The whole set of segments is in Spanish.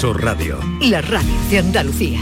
Sur Radio. La radio de Andalucía.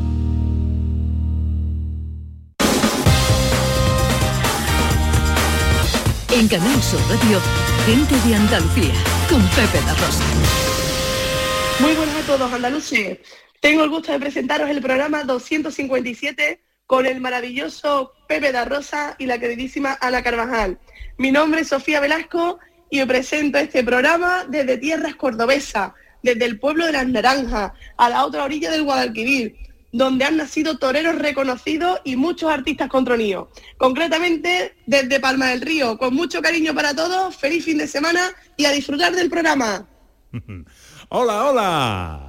En Canal Sur Radio, Gente de Andalucía, con Pepe da Rosa. Muy buenas a todos, andaluces. Tengo el gusto de presentaros el programa 257 con el maravilloso Pepe da Rosa y la queridísima Ana Carvajal. Mi nombre es Sofía Velasco y os presento este programa desde tierras cordobesas, desde el pueblo de Las Naranjas, a la otra orilla del Guadalquivir, donde han nacido toreros reconocidos y muchos artistas controníos. Concretamente, desde Palma del Río. Con mucho cariño para todos, feliz fin de semana y a disfrutar del programa. ¡Hola, hola!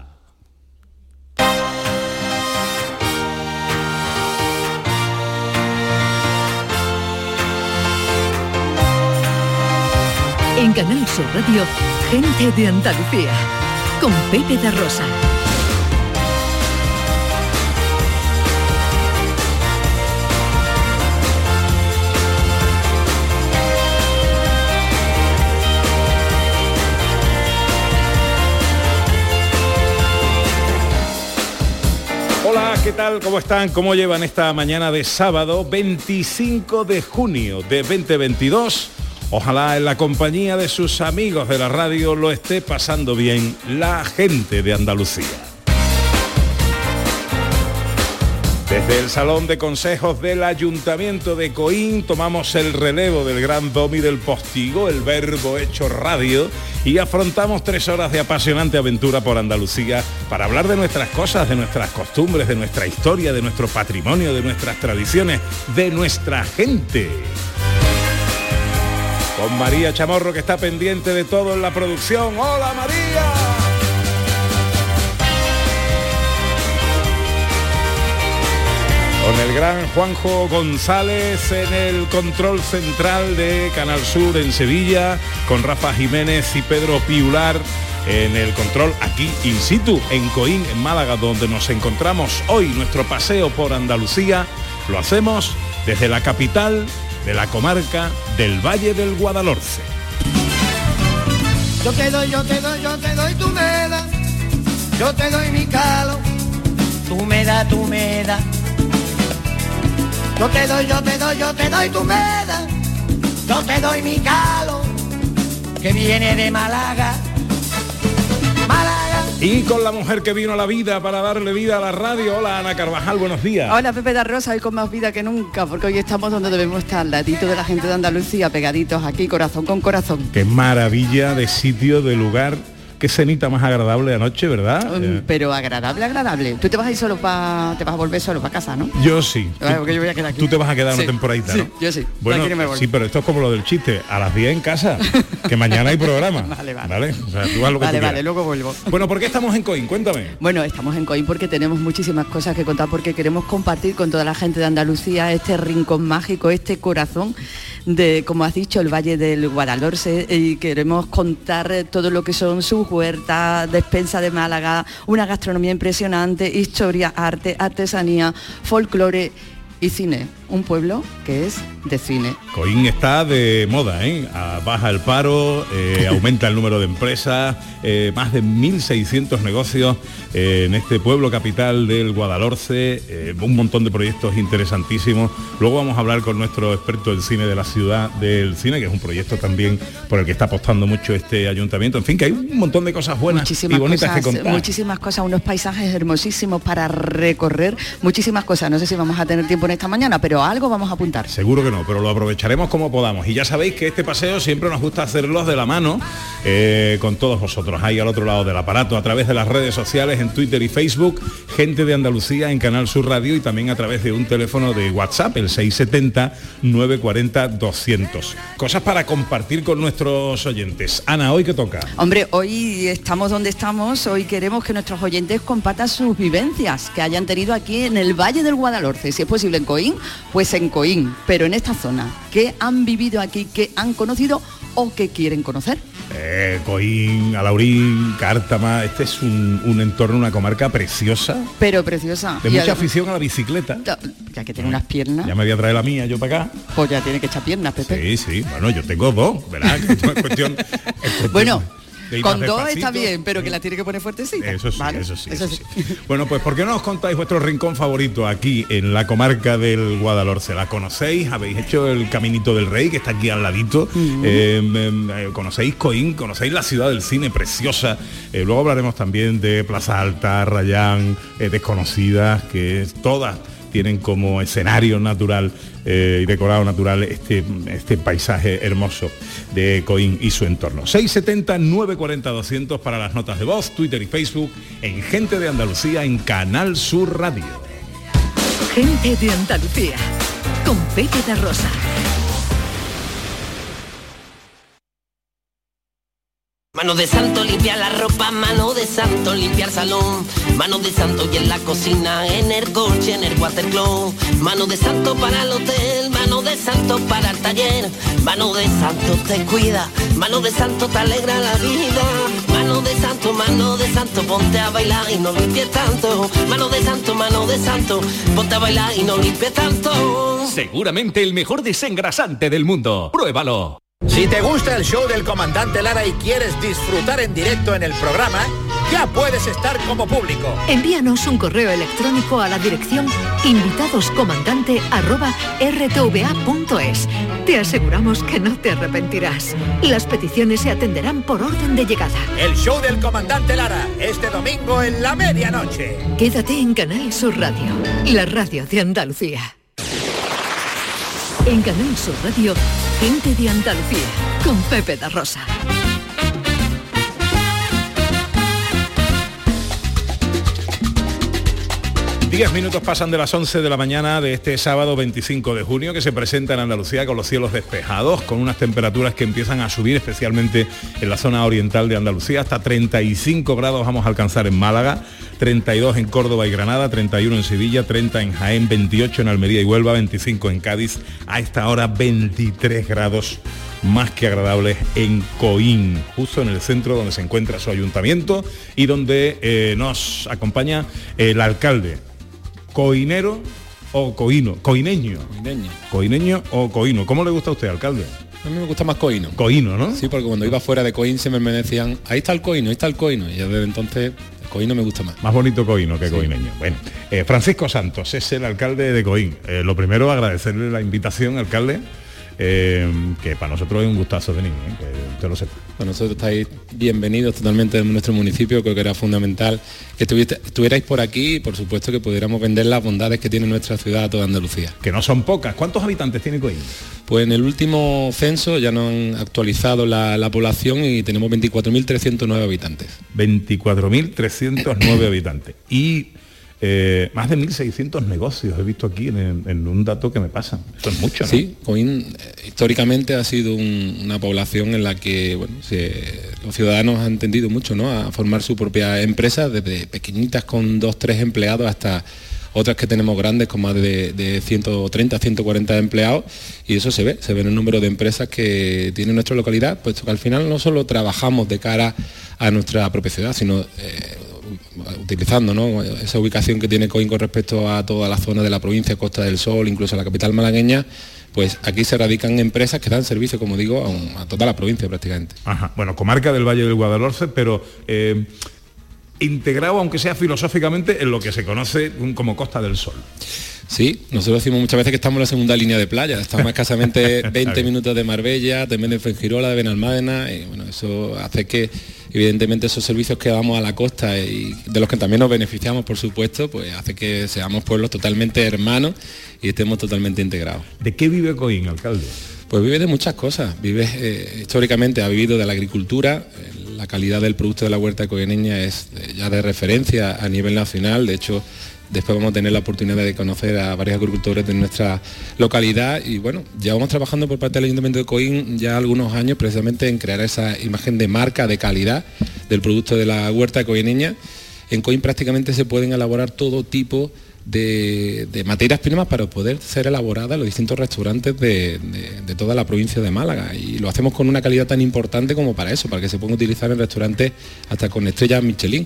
En Canal Sur Radio, Gente de Andalucía, con Pepe da Rosa. Hola, ¿qué tal? ¿Cómo están? ¿Cómo llevan esta mañana de sábado 25 de junio de 2022? Ojalá en la compañía de sus amigos de la radio lo esté pasando bien la gente de Andalucía. Desde el Salón de Consejos del Ayuntamiento de Coín tomamos el relevo del gran domi del postigo, el verbo hecho radio, y afrontamos 3 horas de apasionante aventura por Andalucía para hablar de nuestras cosas, de nuestras costumbres, de nuestra historia, de nuestro patrimonio, de nuestras tradiciones, de nuestra gente. Con María Chamorro, que está pendiente de todo en la producción. ¡Hola, María! Con el gran Juanjo González en el control central de Canal Sur en Sevilla, con Rafa Jiménez y Pedro Piular en el control aquí in situ, en Coín, en Málaga, donde nos encontramos hoy. Nuestro paseo por Andalucía lo hacemos desde la capital de la comarca del Valle del Guadalhorce. Yo te doy, tú me das. Yo te doy mi calo, tú me das. Yo te doy, tú me das. Yo te doy mi calo, que viene de Málaga. Y con la mujer que vino a la vida para darle vida a la radio. Hola, Ana Carvajal, buenos días. Hola, Pepe da Rosa, hoy con más vida que nunca, porque hoy estamos donde debemos estar, al ladito de la gente de Andalucía, pegaditos aquí, corazón con corazón. Qué maravilla de sitio, de lugar. Qué cenita más agradable anoche, ¿verdad? Pero agradable. Tú te vas a ir te vas a volver solo para casa, ¿no? Yo sí. Porque yo voy a quedar aquí. Tú te vas a quedar una temporadita, sí, ¿no? Yo sí. Bueno, sí, pero esto es como lo del chiste. A las 10 en casa, que mañana hay programa. Vale. O sea, tú haz lo que tú quieras. Luego vuelvo. Bueno, ¿por qué estamos en Coín? Cuéntame. Bueno, estamos en Coín porque tenemos muchísimas cosas que contar, porque queremos compartir con toda la gente de Andalucía este rincón mágico, este corazón de, como has dicho, el Valle del Guadalhorce, y queremos contar todo lo que son sus huertas, despensa de Málaga, una gastronomía impresionante, historia, arte, artesanía, folclore y cine. Un pueblo que es de cine. Coín está de moda, ¿eh? Baja el paro, aumenta el número de empresas, más de 1.600 negocios en este pueblo capital del Guadalhorce, un montón de proyectos interesantísimos. Luego vamos a hablar con nuestro experto del cine de la ciudad del cine, que es un proyecto también por el que está apostando mucho este ayuntamiento. En fin, que hay un montón de cosas buenas y bonitas que contar. Muchísimas cosas, unos paisajes hermosísimos para recorrer, muchísimas cosas. No sé si vamos a tener tiempo en esta mañana, pero algo vamos a apuntar. Seguro que no, pero lo aprovecharemos como podamos. Y ya sabéis que este paseo siempre nos gusta hacerlos de la mano con todos vosotros, ahí al otro lado del aparato, a través de las redes sociales, en Twitter y Facebook, Gente de Andalucía en Canal Sur Radio, y también a través de un teléfono de WhatsApp, el 670-940-200. Cosas para compartir con nuestros oyentes. Ana, ¿hoy qué toca? Hombre, hoy estamos donde estamos, hoy queremos que nuestros oyentes compartan sus vivencias que hayan tenido aquí en el Valle del Guadalhorce. Si es posible en Coín, pues en Coín, pero en esta zona. ¿Qué han vivido aquí, qué han conocido o qué quieren conocer? Coín, Alaurín, Cártama, este es un entorno, una comarca preciosa. Pero preciosa. De mucha afición a la bicicleta. Ya que tiene unas piernas. Ya me voy a traer la mía yo para acá. Pues ya tiene que echar piernas, Pepe. Sí, bueno, yo tengo 2, ¿verdad? Es cuestión bueno, de ir Con más dos despacito. está bien, pero que la tiene que poner fuertecita. Eso sí, ¿vale? eso sí. Bueno, pues ¿por qué no os contáis vuestro rincón favorito aquí en la comarca del Guadalhorce? ¿La conocéis? ¿Habéis hecho el Caminito del Rey, que está aquí al ladito? ¿Conocéis Coín? ¿Conocéis la ciudad del cine preciosa? Luego hablaremos también de Plaza Alta, Rayán, Desconocidas, que todas tienen como escenario natural y decorado natural este paisaje hermoso de Coín y su entorno. 670 940 200 para las notas de voz, Twitter y Facebook, en Gente de Andalucía, en Canal Sur Radio. Gente de Andalucía, con Pepe da Rosa. Mano de santo limpia la ropa, mano de santo limpia el salón, mano de santo y en la cocina, en el coche, en el watercloak, mano de santo para el hotel, mano de santo para el taller, mano de santo te cuida, mano de santo te alegra la vida, mano de santo, ponte a bailar y no limpies tanto, mano de santo, ponte a bailar y no limpies tanto. Seguramente el mejor desengrasante del mundo. Pruébalo. Si te gusta el show del Comandante Lara y quieres disfrutar en directo en el programa, ya puedes estar como público. Envíanos un correo electrónico a la dirección invitadoscomandante@rtva.es. Te aseguramos que no te arrepentirás. Las peticiones se atenderán por orden de llegada. El show del Comandante Lara, este domingo en la medianoche. Quédate en Canal Sur Radio, la radio de Andalucía. En Canal Sur Radio, Gente de Andalucía, con Pepe da Rosa. 10 minutos pasan de las 11 de la mañana de este sábado 25 de junio, que se presenta en Andalucía con los cielos despejados, con unas temperaturas que empiezan a subir, especialmente en la zona oriental de Andalucía. Hasta 35 grados vamos a alcanzar en Málaga, 32 en Córdoba y Granada, 31 en Sevilla, 30 en Jaén, 28 en Almería y Huelva, 25 en Cádiz. A esta hora 23 grados más que agradables en Coín, justo en el centro donde se encuentra su ayuntamiento y donde nos acompaña el alcalde. ¿Coinero o coíno? Coineño. Coineño o coíno. ¿Cómo le gusta a usted, alcalde? A mí me gusta más Coíno. Coíno, ¿no? Sí, porque cuando iba fuera de Coín siempre me decían, ahí está el Coíno, ahí está el Coíno. Y ya desde entonces el Coíno me gusta más. Más bonito Coíno que sí. Coineño. Bueno, Francisco Santos es el alcalde de Coín. Lo primero, agradecerle la invitación, alcalde. Que para nosotros es un gustazo venir, que usted lo sepa. Bueno, nosotros estáis bienvenidos totalmente en nuestro municipio. Creo que era fundamental que estuvierais por aquí y por supuesto que pudiéramos vender las bondades que tiene nuestra ciudad a toda Andalucía. Que no son pocas. ¿Cuántos habitantes tiene Coín? Pues en el último censo ya nos han actualizado la población y tenemos 24.309 habitantes. 24.309 habitantes. Y más de 1.600 negocios he visto aquí en un dato que me pasa. Eso es mucho, ¿no? Sí, Coín históricamente ha sido una población en la que bueno, los ciudadanos han tendido mucho, ¿no?, a formar su propia empresa, desde pequeñitas con 2-3 empleados hasta otras que tenemos grandes con más de 130, 140 empleados, y eso se ve en el número de empresas que tiene nuestra localidad, puesto que al final no solo trabajamos de cara a nuestra propia ciudad, sino utilizando, ¿no?, esa ubicación que tiene Coín con respecto a toda la zona de la provincia, Costa del Sol, incluso la capital malagueña, pues aquí se radican empresas que dan servicio, como digo, a toda la provincia prácticamente. Ajá. Bueno, comarca del Valle del Guadalhorce, pero integrado, aunque sea filosóficamente, en lo que se conoce como Costa del Sol. Sí, nosotros decimos muchas veces que estamos en la segunda línea de playa, estamos a escasamente 20 minutos de Marbella, también de Fuengirola, de Benalmádena, y bueno, eso hace que evidentemente esos servicios que damos a la costa y de los que también nos beneficiamos, por supuesto, pues hace que seamos pueblos totalmente hermanos y estemos totalmente integrados. ¿De qué vive Coín, alcalde? Pues vive de muchas cosas. Históricamente ha vivido de la agricultura. La calidad del producto de la huerta coineña es ya de referencia a nivel nacional. De hecho, después vamos a tener la oportunidad de conocer a varios agricultores de nuestra localidad y bueno, ya vamos trabajando por parte del Ayuntamiento de Coín ya algunos años precisamente en crear esa imagen de marca, de calidad del producto de la huerta coineña. En Coín prácticamente se pueden elaborar todo tipo de materias primas para poder ser elaboradas en los distintos restaurantes de toda la provincia de Málaga, y lo hacemos con una calidad tan importante como para eso, para que se puedan utilizar en restaurantes hasta con estrellas Michelin.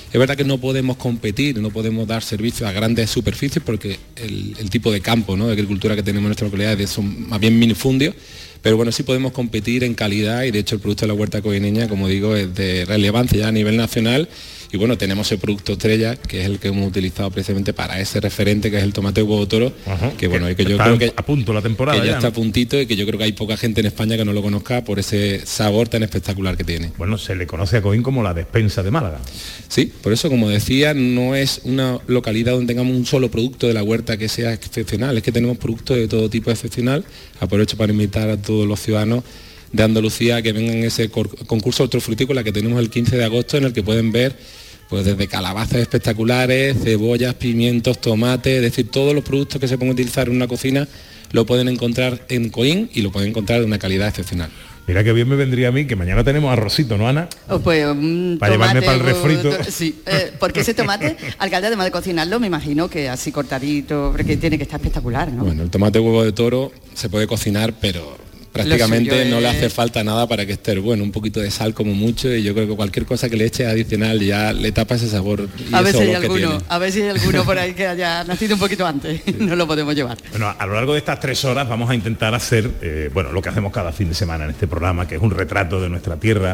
Es verdad que no podemos competir, no podemos dar servicio a grandes superficies porque el tipo de campo, ¿no?, de agricultura que tenemos en nuestra localidad son más bien minifundios, pero bueno, sí podemos competir en calidad y de hecho el producto de la huerta coineña, como digo, es de relevancia ya a nivel nacional. Y bueno, tenemos el producto estrella, que es el que hemos utilizado precisamente para ese referente, que es el tomate huevo toro, que bueno, y que yo creo que a punto la temporada, que ya ¿no? está a puntito, y que yo creo que hay poca gente en España que no lo conozca por ese sabor tan espectacular que tiene. Bueno, se le conoce a Coín como la despensa de Málaga. Sí, por eso, como decía, no es una localidad donde tengamos un solo producto de la huerta que sea excepcional, es que tenemos productos de todo tipo excepcional. Aprovecho para invitar a todos los ciudadanos de Andalucía que vengan a ese concurso hortofrutícola que tenemos el 15 de agosto, en el que pueden ver pues desde calabazas espectaculares, cebollas, pimientos, tomates, es decir, todos los productos que se pueden utilizar en una cocina lo pueden encontrar en Coín y lo pueden encontrar de una calidad excepcional. Mira que bien me vendría a mí, que mañana tenemos arrocito, ¿no, Ana? Pues para llevarme para el refrito. Sí, porque ese tomate, alcalde, además de cocinarlo, me imagino que así cortadito, porque tiene que estar espectacular, ¿no? Bueno, el tomate huevo de toro se puede cocinar, pero prácticamente no le hace falta nada para que esté bueno, un poquito de sal como mucho, y yo creo que cualquier cosa que le eche adicional ya le tapa ese sabor y a ver ese si hay olor que alguno, tiene. a ver si hay alguno por ahí que haya nacido un poquito antes, no lo podemos llevar. Bueno, a lo largo de estas 3 horas vamos a intentar hacer, bueno, lo que hacemos cada fin de semana en este programa, que es un retrato de nuestra tierra,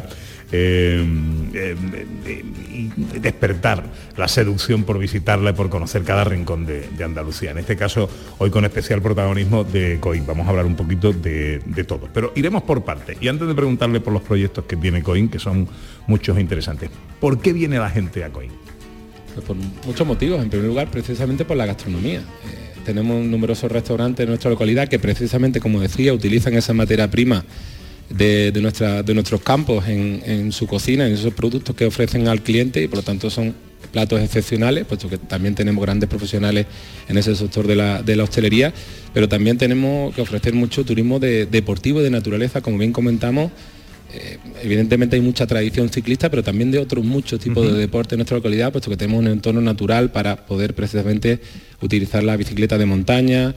y despertar la seducción por visitarla y por conocer cada rincón de Andalucía. En este caso, hoy con especial protagonismo de Coín. Vamos a hablar un poquito de todo, pero iremos por partes. Y antes de preguntarle por los proyectos que tiene Coín, que son muchos e interesantes, ¿por qué viene la gente a Coín? Pues por muchos motivos. En primer lugar, precisamente por la gastronomía. Tenemos numerosos restaurantes en nuestra localidad que precisamente, como decía, utilizan esa materia prima de nuestros campos en su cocina, en esos productos que ofrecen al cliente, y por lo tanto son platos excepcionales, puesto que también tenemos grandes profesionales en ese sector de la hostelería, pero también tenemos que ofrecer mucho turismo deportivo y de naturaleza, como bien comentamos. Evidentemente hay mucha tradición ciclista, pero también de otros muchos tipos de deporte en nuestra localidad, puesto que tenemos un entorno natural para poder precisamente utilizar la bicicleta de montaña.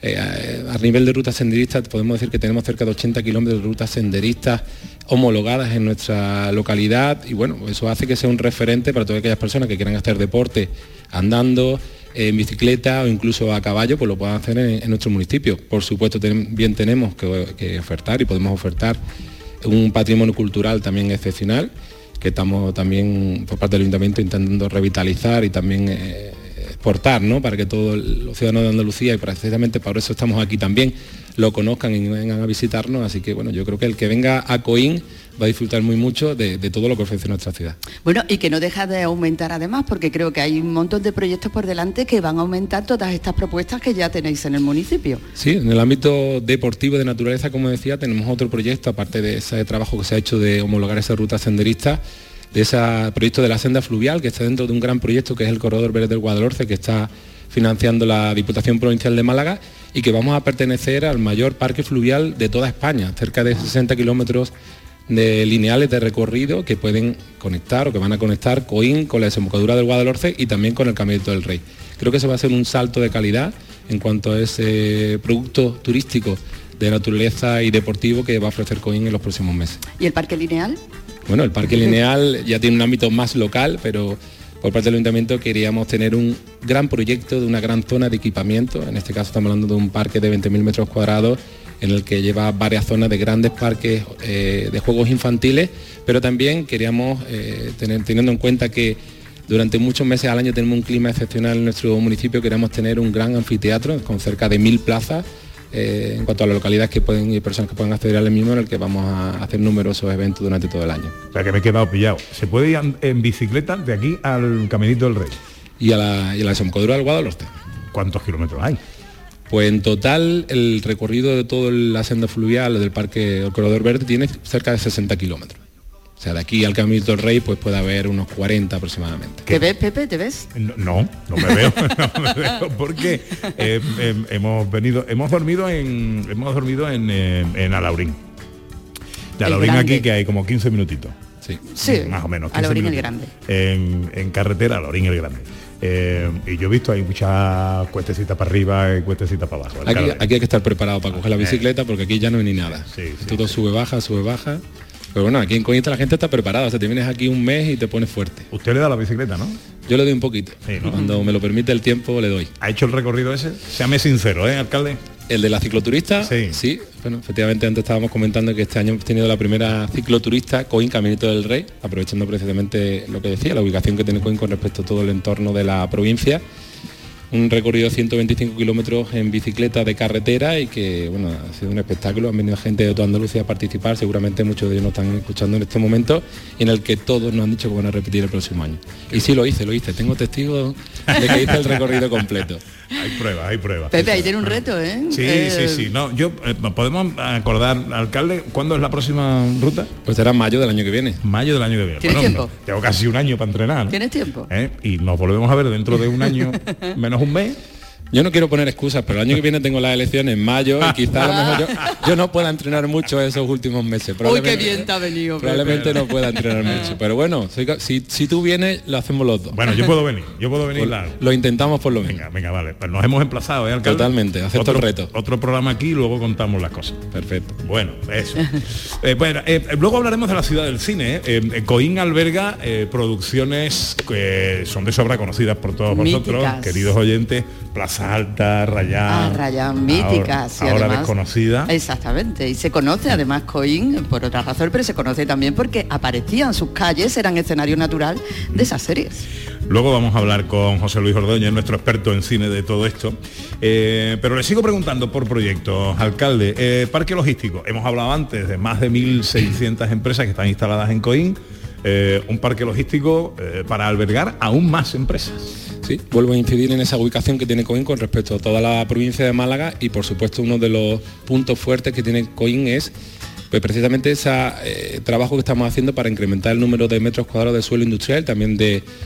A nivel de rutas senderistas podemos decir que tenemos cerca de 80 kilómetros de rutas senderistas homologadas en nuestra localidad, y bueno, eso hace que sea un referente para todas aquellas personas que quieran hacer deporte andando, en bicicleta o incluso a caballo, pues lo puedan hacer en nuestro municipio. Por supuesto, también tenemos que ofertar, y podemos ofertar un patrimonio cultural también excepcional, que estamos también por parte del Ayuntamiento intentando revitalizar y también exportar, ¿no?, para que todos los ciudadanos de Andalucía, y precisamente por eso estamos aquí también, lo conozcan y vengan a visitarnos. Así que bueno, yo creo que el que venga a Coín va a disfrutar muy mucho de todo lo que ofrece nuestra ciudad. Bueno, y que no deja de aumentar además, porque creo que hay un montón de proyectos por delante que van a aumentar todas estas propuestas que ya tenéis en el municipio. Sí, en el ámbito deportivo de naturaleza, como decía, tenemos otro proyecto, aparte de ese trabajo que se ha hecho de homologar esa ruta senderista, de ese proyecto de la senda fluvial, que está dentro de un gran proyecto que es el Corredor Verde del Guadalhorce, que está financiando la Diputación Provincial de Málaga, y que vamos a pertenecer al mayor parque fluvial de toda España, cerca de 60 kilómetros de lineales de recorrido que pueden conectar, o que van a conectar Coín con la desembocadura del Guadalhorce y también con el Caminito del Rey. Creo que eso va a ser un salto de calidad en cuanto a ese producto turístico de naturaleza y deportivo que va a ofrecer Coín en los próximos meses. ¿Y el parque lineal? Bueno, el parque lineal ya tiene un ámbito más local, pero por parte del Ayuntamiento queríamos tener un gran proyecto de una gran zona de equipamiento. En este caso estamos hablando de un parque de 20.000 metros cuadrados, en el que lleva varias zonas de grandes parques de juegos infantiles, pero también queríamos, teniendo en cuenta que durante muchos meses al año tenemos un clima excepcional en nuestro municipio, queríamos tener un gran anfiteatro con cerca de 1.000 plazas, en cuanto a las localidades que pueden y personas que puedan acceder al mismo, en el que vamos a hacer numerosos eventos durante todo el año. O sea que me he quedado pillado. ¿Se puede ir en bicicleta de aquí al Caminito del Rey? Y a la desembocadura del Guadalhorce. ¿Cuántos kilómetros hay? Pues en total el recorrido de toda la senda fluvial del Parque del Corredor Verde tiene cerca de 60 kilómetros. O sea, de aquí al Caminito del Rey pues puede haber unos 40 aproximadamente. ¿Te ves, Pepe? ¿Te ves? No me veo, no me veo, porque hemos dormido en Alaurín. De Alaurín aquí, que hay como 15 minutitos. Sí, más o menos. Alaurín el Grande. En carretera, Alaurín el Grande. Y yo he visto hay muchas cuestecitas para arriba y cuestecitas para abajo. Aquí hay que estar preparado para coger la bicicleta, porque aquí ya no hay ni nada. Sí, todo sube baja. Pero bueno, aquí en Coín la gente está preparada, o sea, te vienes aquí un mes y te pones fuerte. Usted le da la bicicleta, ¿no? Yo le doy un poquito, sí, ¿no? Cuando me lo permite el tiempo le doy. ¿Ha hecho el recorrido ese? Séame sincero, alcalde. El de la cicloturista, sí. Bueno, efectivamente antes estábamos comentando que este año hemos tenido la primera cicloturista Coín Caminito del Rey, aprovechando precisamente lo que decía, la ubicación que tiene Coín con respecto a todo el entorno de la provincia. Un recorrido de 125 kilómetros en bicicleta de carretera y que, bueno, ha sido un espectáculo. Han venido gente de toda Andalucía a participar, seguramente muchos de ellos nos están escuchando en este momento, y en el que todos nos han dicho que van a repetir el próximo año. Y sí, lo hice. Tengo testigos de que hice el recorrido completo. Hay pruebas. Pepe, ahí tiene un reto, ¿eh? Sí. No, ¿podemos acordar, alcalde, cuándo es la próxima ruta? Pues será mayo del año que viene. Mayo del año que viene. ¿Tienes tiempo? Tengo casi un año para entrenar, ¿no? ¿Tienes tiempo? Y nos volvemos a ver dentro de un año, menos un mes. Yo no quiero poner excusas, pero el año que viene tengo las elecciones en mayo y quizá a lo mejor yo no pueda entrenar mucho esos últimos meses. Uy, qué bien te ha venido. Probablemente no pueda entrenar mucho. Pero bueno, si tú vienes, lo hacemos los dos. Bueno, yo puedo venir. Pues lo intentamos por lo menos. Venga, vale. Pues nos hemos emplazado, alcalde. Totalmente, acepto el reto. Otro programa aquí y luego contamos las cosas. Perfecto. Bueno, eso. Luego hablaremos de la ciudad del cine. Coín alberga producciones que son de sobra conocidas por todos vosotros, queridos oyentes. Plaza Alta, Rayán, míticas. Ahora además, desconocida. Exactamente, y se conoce además Coín por otra razón, pero se conoce también porque aparecían sus calles, eran escenario natural de esas series. Luego vamos a hablar con José Luis Ordóñez, nuestro experto en cine de todo esto. Pero le sigo preguntando por proyectos, alcalde. Parque logístico, hemos hablado antes de más de 1.600 empresas que están instaladas en Coín. Un parque logístico para albergar aún más empresas. Sí, vuelvo a incidir en esa ubicación que tiene Coín con respecto a toda la provincia de Málaga, y por supuesto uno de los puntos fuertes que tiene Coín es pues precisamente ese trabajo que estamos haciendo para incrementar el número de metros cuadrados de suelo industrial, también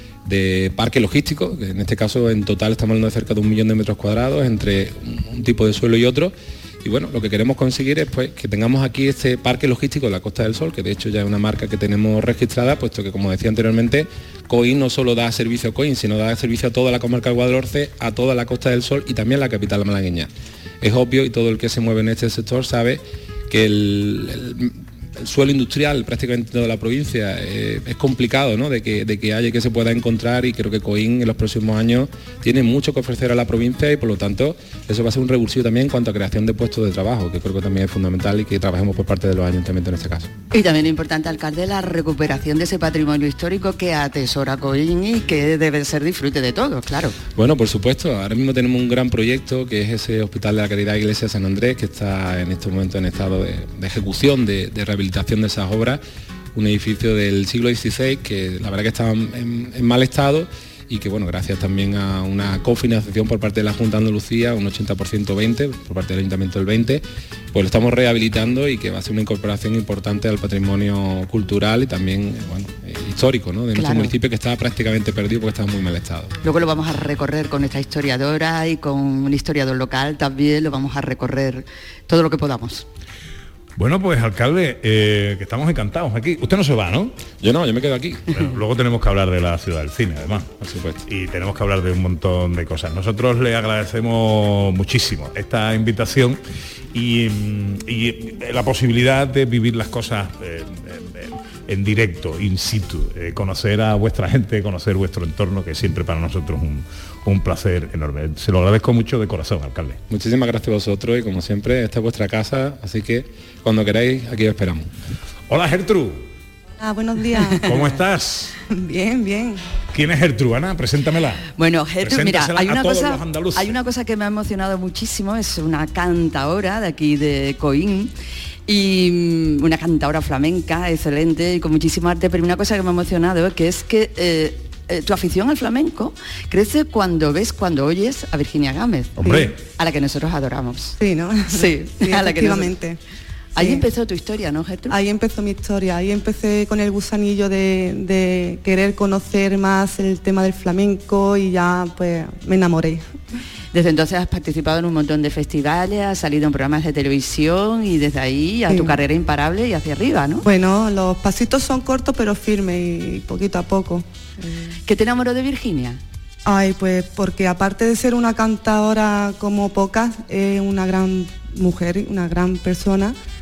de parque logístico, que en este caso en total estamos hablando de cerca de 1 millón de metros cuadrados entre un tipo de suelo y otro. Y bueno, lo que queremos conseguir es pues que tengamos aquí este parque logístico de la Costa del Sol, que de hecho ya es una marca que tenemos registrada, puesto que, como decía anteriormente, Coín no solo da servicio a Coín, sino da servicio a toda la comarca del Guadalhorce, a toda la Costa del Sol y también a la capital malagueña. Es obvio, y todo el que se mueve en este sector sabe, que el suelo industrial prácticamente toda la provincia es complicado, ¿no? de que haya, que se pueda encontrar, y creo que Coín en los próximos años tiene mucho que ofrecer a la provincia, y por lo tanto eso va a ser un revulsivo también en cuanto a creación de puestos de trabajo, que creo que también es fundamental y que trabajemos por parte de los ayuntamientos en este caso. Y también es importante, alcalde, la recuperación de ese patrimonio histórico que atesora Coín y que debe ser disfrute de todos, claro. Bueno, por supuesto, ahora mismo tenemos un gran proyecto que es ese Hospital de la Caridad Iglesia de San Andrés, que está en este momento en estado de ejecución, de rehabilitación de esas obras, un edificio del siglo XVI que la verdad que estaba en mal estado, y que bueno, gracias también a una cofinanciación por parte de la Junta de Andalucía, un 80% 20, por parte del Ayuntamiento del 20, pues lo estamos rehabilitando, y que va a ser una incorporación importante al patrimonio cultural y también histórico, ¿no? De nuestro municipio, que estaba prácticamente perdido porque estaba en muy mal estado. Luego lo vamos a recorrer con esta historiadora y con un historiador local también, lo vamos a recorrer todo lo que podamos. Bueno, pues alcalde, que estamos encantados aquí. Usted no se va, ¿no? Yo no, yo me quedo aquí. Bueno, luego tenemos que hablar de la ciudad del cine, además. Por supuesto. Y tenemos que hablar de un montón de cosas. Nosotros le agradecemos muchísimo esta invitación y la posibilidad de vivir las cosas en directo, in situ, conocer a vuestra gente, conocer vuestro entorno, que siempre para nosotros un placer enorme. Se lo agradezco mucho de corazón, alcalde. Muchísimas gracias a vosotros, y como siempre, esta es vuestra casa, así que cuando queráis, aquí os esperamos. Hola, Gertrude. Buenos días. ¿Cómo estás? Bien, bien. ¿Quién es Gertrude, Ana? Preséntamela. Bueno, Gertrude, mira, hay una cosa que me ha emocionado muchísimo, es una cantaora de aquí de Coín, y una cantaora flamenca excelente y con muchísimo arte, pero una cosa que me ha emocionado que es que tu afición al flamenco crece cuando oyes a Virginia Gámez. Hombre. A la que nosotros adoramos. Sí, ¿no? Sí, a la que efectivamente. Ahí empezó tu historia, ¿no, Gertrude? Ahí empezó mi historia, ahí empecé con el gusanillo de querer conocer más el tema del flamenco, y ya pues me enamoré. Desde entonces has participado en un montón de festivales, has salido en programas de televisión, y desde ahí a tu carrera imparable y hacia arriba, ¿no? Bueno, los pasitos son cortos pero firmes, y poquito a poco. ¿Qué te enamoró de Virginia? Ay, pues porque aparte de ser una cantadora como pocas, es una gran mujer, una gran persona,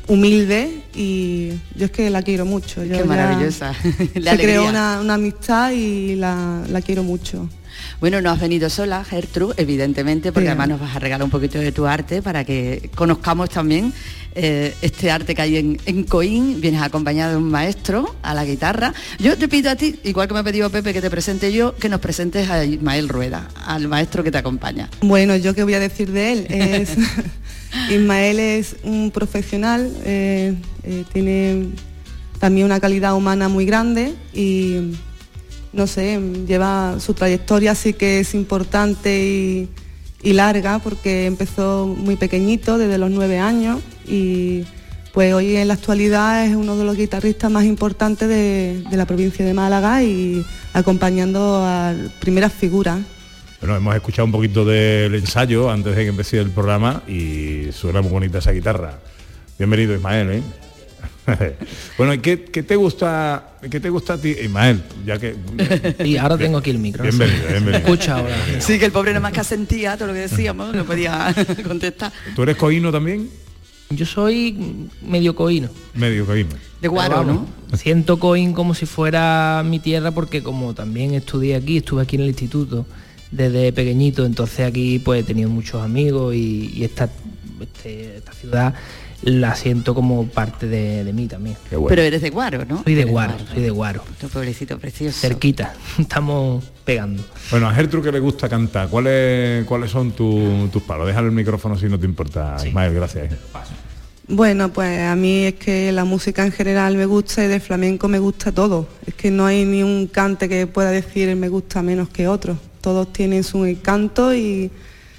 humilde, y yo es que la quiero mucho. Qué maravillosa. Se creó una amistad y la quiero mucho. Bueno, no has venido sola, Gertrude, evidentemente, porque además nos vas a regalar un poquito de tu arte para que conozcamos también este arte que hay en Coín. Vienes acompañado de un maestro a la guitarra. Yo te pido a ti, igual que me ha pedido Pepe que te presente yo, que nos presentes a Ismael Rueda, al maestro que te acompaña. Bueno, ¿yo qué voy a decir de él? Ismael es un profesional, tiene también una calidad humana muy grande y, no sé, lleva su trayectoria, sí que es importante y larga, porque empezó muy pequeñito, desde los 9 años, y pues hoy en la actualidad es uno de los guitarristas más importantes de la provincia de Málaga y acompañando a primeras figuras. Bueno, hemos escuchado un poquito del ensayo antes de que empecé el programa y suena muy bonita esa guitarra. Bienvenido, Ismael, ¿eh? Bueno, ¿qué te gusta a ti, Ismael? Ya que... Y ahora tengo aquí el micro. Bienvenido. Escucha ahora. Sí, que el pobre nada más que asentía todo lo que decíamos, no podía contestar. ¿Tú eres coíno también? Yo soy medio coíno. Medio coíno. De Guaro, ¿no? Siento Coín como si fuera mi tierra, porque como también estuve aquí en el instituto desde pequeñito, entonces aquí pues he tenido muchos amigos y esta ciudad la siento como parte de mí también. Bueno. Pero eres de Guaro, ¿no? Soy de Guaro. Tu pueblecito precioso. Cerquita, estamos pegando. Bueno, a Gertrude que le gusta cantar, ¿cuáles son tus palos? Déjale el micrófono si no te importa, sí. Ismael, gracias. Bueno, pues a mí es que la música en general me gusta y del flamenco me gusta todo. Es que no hay ni un cante que pueda decir me gusta menos que otro. Todos tienen su encanto y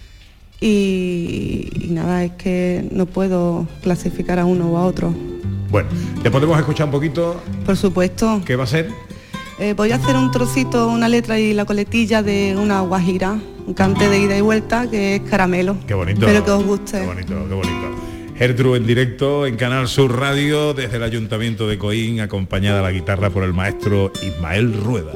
nada, es que no puedo clasificar a uno o a otro. Bueno, ¿te podemos escuchar un poquito? Por supuesto. ¿Qué va a ser? Voy a hacer un trocito, una letra y la coletilla de una guajira, un cante de ida y vuelta que es Caramelo. Qué bonito. Espero que os guste. Qué bonito. Gertrude en directo en Canal Sur Radio desde el Ayuntamiento de Coín, acompañada a la guitarra por el maestro Ismael Rueda.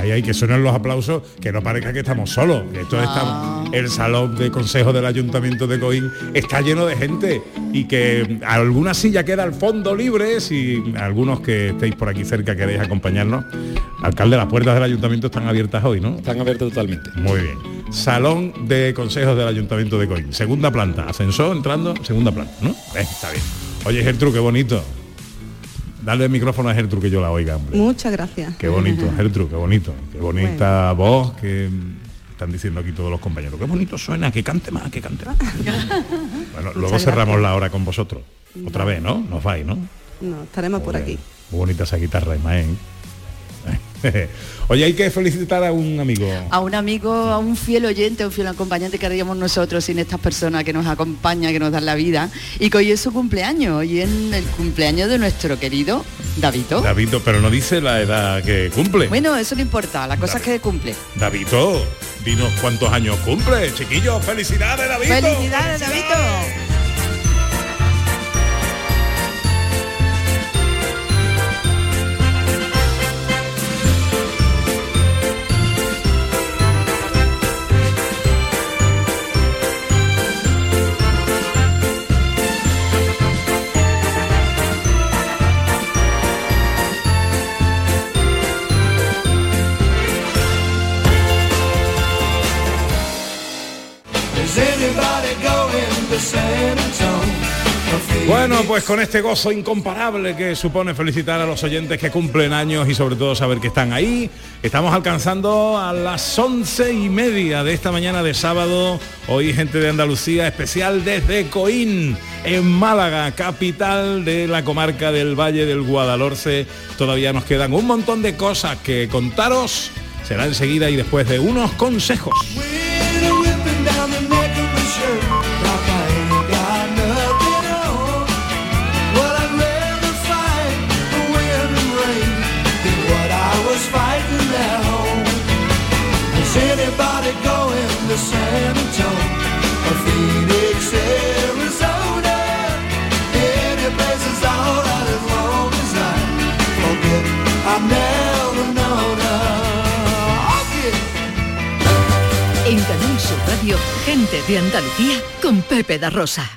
Ahí que suenen los aplausos, que no parezca que estamos solos. Esto está, el salón de consejo del Ayuntamiento de Coín está lleno de gente y que alguna silla queda al fondo libre. Si algunos que estéis por aquí cerca queréis acompañarnos. Alcalde, las puertas del Ayuntamiento están abiertas hoy, ¿no? Están abiertas totalmente. Muy bien. Salón de consejos del Ayuntamiento de Coín. Segunda planta. Ascensor entrando, segunda planta, ¿no? Está bien. Oye, Gertrude, qué bonito. Dale el micrófono a Gertrude que yo la oiga, hombre. Muchas gracias. Qué bonito, Gertrude, qué bonito. Qué bonita voz que están diciendo aquí todos los compañeros. Qué bonito suena, que cante más, que cante más. Bueno, luego cerramos la hora con vosotros. Otra vez, ¿no? Nos vais, ¿no? No, estaremos por aquí. Muy bonita esa guitarra, Ismael. Oye, hay que felicitar a un amigo. A un amigo, a un fiel oyente, a un fiel acompañante que haríamos nosotros sin estas personas que nos acompañan, que nos dan la vida. Y que hoy es su cumpleaños, hoy es el cumpleaños de nuestro querido Davito. Davito, pero no dice la edad que cumple. Bueno, eso no importa, la cosa es que cumple. Davito, dinos cuántos años cumple, chiquillos. ¡Felicidades, Davito! ¡Felicidades, Davito! Bueno, pues con este gozo incomparable que supone felicitar a los oyentes que cumplen años y sobre todo saber que están ahí, estamos alcanzando a las 11:30 de esta mañana de sábado. Hoy gente de Andalucía especial desde Coín, en Málaga, capital de la comarca del Valle del Guadalhorce. Todavía nos quedan un montón de cosas que contaros. Será enseguida y después de unos consejos. Anybody going to San Antonio or Phoenix, Arizona? Any place is alright as long as I forget I've never known her. En Canal Sur Radio, gente de Andalucía con Pepe da Rosa.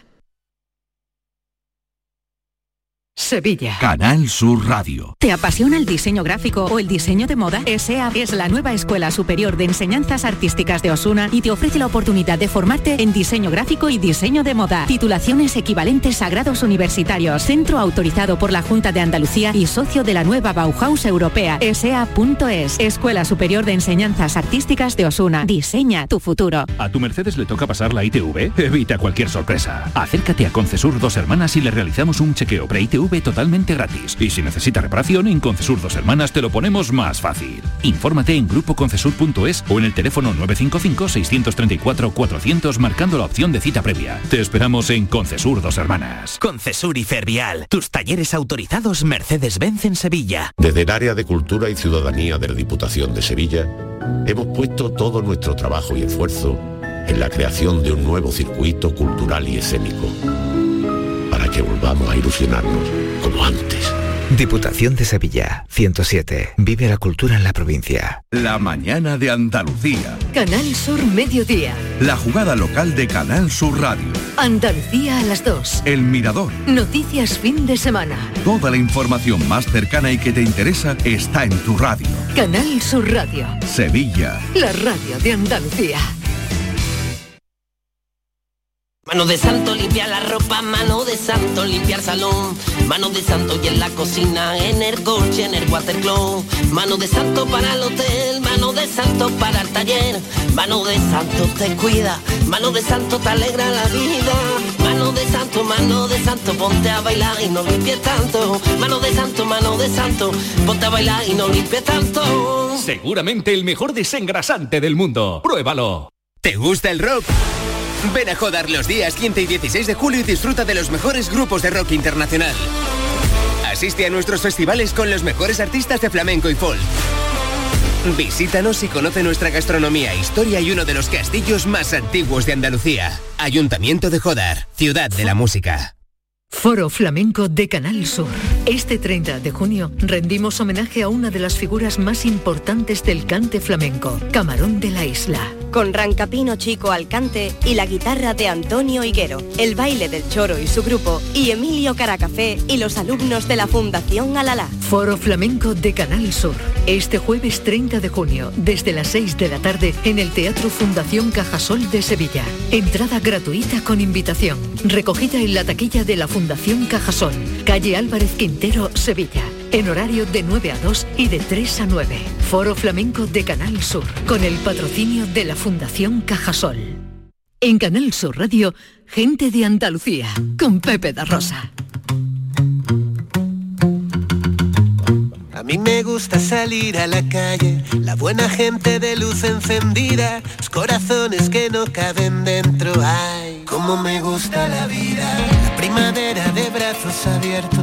Sevilla. Canal Sur Radio. ¿Te apasiona el diseño gráfico o el diseño de moda? ESEA es la nueva Escuela Superior de Enseñanzas Artísticas de Osuna y te ofrece la oportunidad de formarte en diseño gráfico y diseño de moda. Titulaciones equivalentes a grados universitarios. Centro autorizado por la Junta de Andalucía y socio de la nueva Bauhaus Europea. ESEA.es. Escuela Superior de Enseñanzas Artísticas de Osuna. Diseña tu futuro. ¿A tu Mercedes le toca pasar la ITV? Evita cualquier sorpresa. Acércate a Concesur Dos Hermanas y le realizamos un chequeo pre-ITV totalmente gratis. Y si necesita reparación, en Concesur Dos Hermanas te lo ponemos más fácil. Infórmate en grupoconcesur.es o en el teléfono 955-634-400 marcando la opción de cita previa. Te esperamos en Concesur Dos Hermanas. Concesur y Fervial, tus talleres autorizados Mercedes-Benz en Sevilla. Desde el área de Cultura y Ciudadanía de la Diputación de Sevilla, hemos puesto todo nuestro trabajo y esfuerzo en la creación de un nuevo circuito cultural y escénico, para que volvamos a ilusionarnos como antes. Diputación de Sevilla, 107. Vive la cultura en la provincia. La mañana de Andalucía. Canal Sur Mediodía. La jugada local de Canal Sur Radio. Andalucía a las 2. El Mirador. Noticias fin de semana. Toda la información más cercana y que te interesa está en tu radio. Canal Sur Radio. Sevilla. La radio de Andalucía. Mano de santo, limpiar la ropa, mano de santo, limpiar salón, mano de santo y en la cocina, en el coche, en el watercloak, mano de santo para el hotel, mano de santo para el taller, mano de santo te cuida, mano de santo te alegra la vida, mano de santo, ponte a bailar y no limpies tanto, mano de santo, ponte a bailar y no limpies tanto. Seguramente el mejor desengrasante del mundo. Pruébalo. ¿Te gusta el rock? Ven a Jodar los días 15 y 16 de julio y disfruta de los mejores grupos de rock internacional. Asiste a nuestros festivales con los mejores artistas de flamenco y folk. Visítanos y conoce nuestra gastronomía, historia y uno de los castillos más antiguos de Andalucía. Ayuntamiento de Jodar, ciudad de la música. Foro Flamenco de Canal Sur. Este 30 de junio rendimos homenaje a una de las figuras más importantes del cante flamenco, Camarón de la Isla. Con Rancapino Chico al cante y la guitarra de Antonio Higuero, el baile del Choro y su grupo, y Emilio Caracafé y los alumnos de la Fundación Alalá. Foro Flamenco de Canal Sur. Este jueves 30 de junio, desde las 6 de la tarde, en el Teatro Fundación Cajasol de Sevilla. Entrada gratuita con invitación. Recogida en la taquilla de la Fundación Cajasol, calle Álvarez Quintero, Sevilla. En horario de 9 a 2 y de 3 a 9. Foro Flamenco de Canal Sur, con el patrocinio de la Fundación Cajasol. En Canal Sur Radio, Gente de Andalucía, con Pepe da Rosa. A mí me gusta salir a la calle, la buena gente de luz encendida, los corazones que no caben dentro. Ay, cómo me gusta la vida, la primavera de brazos abiertos.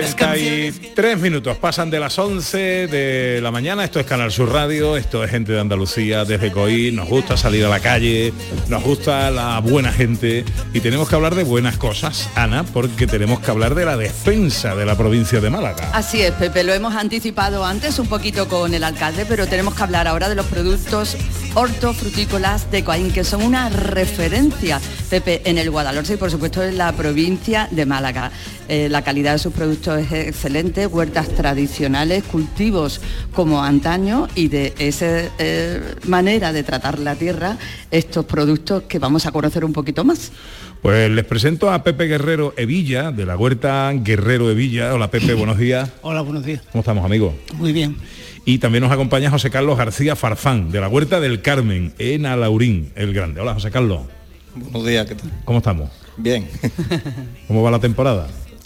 33 minutos pasan de las 11 de la mañana. Esto es Canal Sur Radio, esto es Gente de Andalucía desde Coí. Nos gusta salir a la calle, nos gusta la buena gente y tenemos que hablar de buenas cosas, Ana, porque tenemos que hablar de la defensa de la provincia de Málaga. Así es, Pepe, lo hemos anticipado antes un poquito con el alcalde, pero tenemos que hablar ahora de los productos hortofrutícolas de Coín, que son una referencia, Pepe, en el Guadalhorce y por supuesto en la provincia de Málaga. La calidad de sus productos es excelente, huertas tradicionales, cultivos como antaño y de esa manera de tratar la tierra, estos productos que vamos a conocer un poquito más. Pues les presento a Pepe Guerrero Evilla, de la huerta Guerrero Evilla. Hola Pepe, buenos días. Hola, buenos días. ¿Cómo estamos, amigos? Muy bien. Y también nos acompaña José Carlos García Farfán, de la huerta del Carmen, en Alaurín, el Grande. Hola, José Carlos. Buenos días, ¿qué tal? ¿Cómo estamos? Bien. ¿Cómo va la temporada?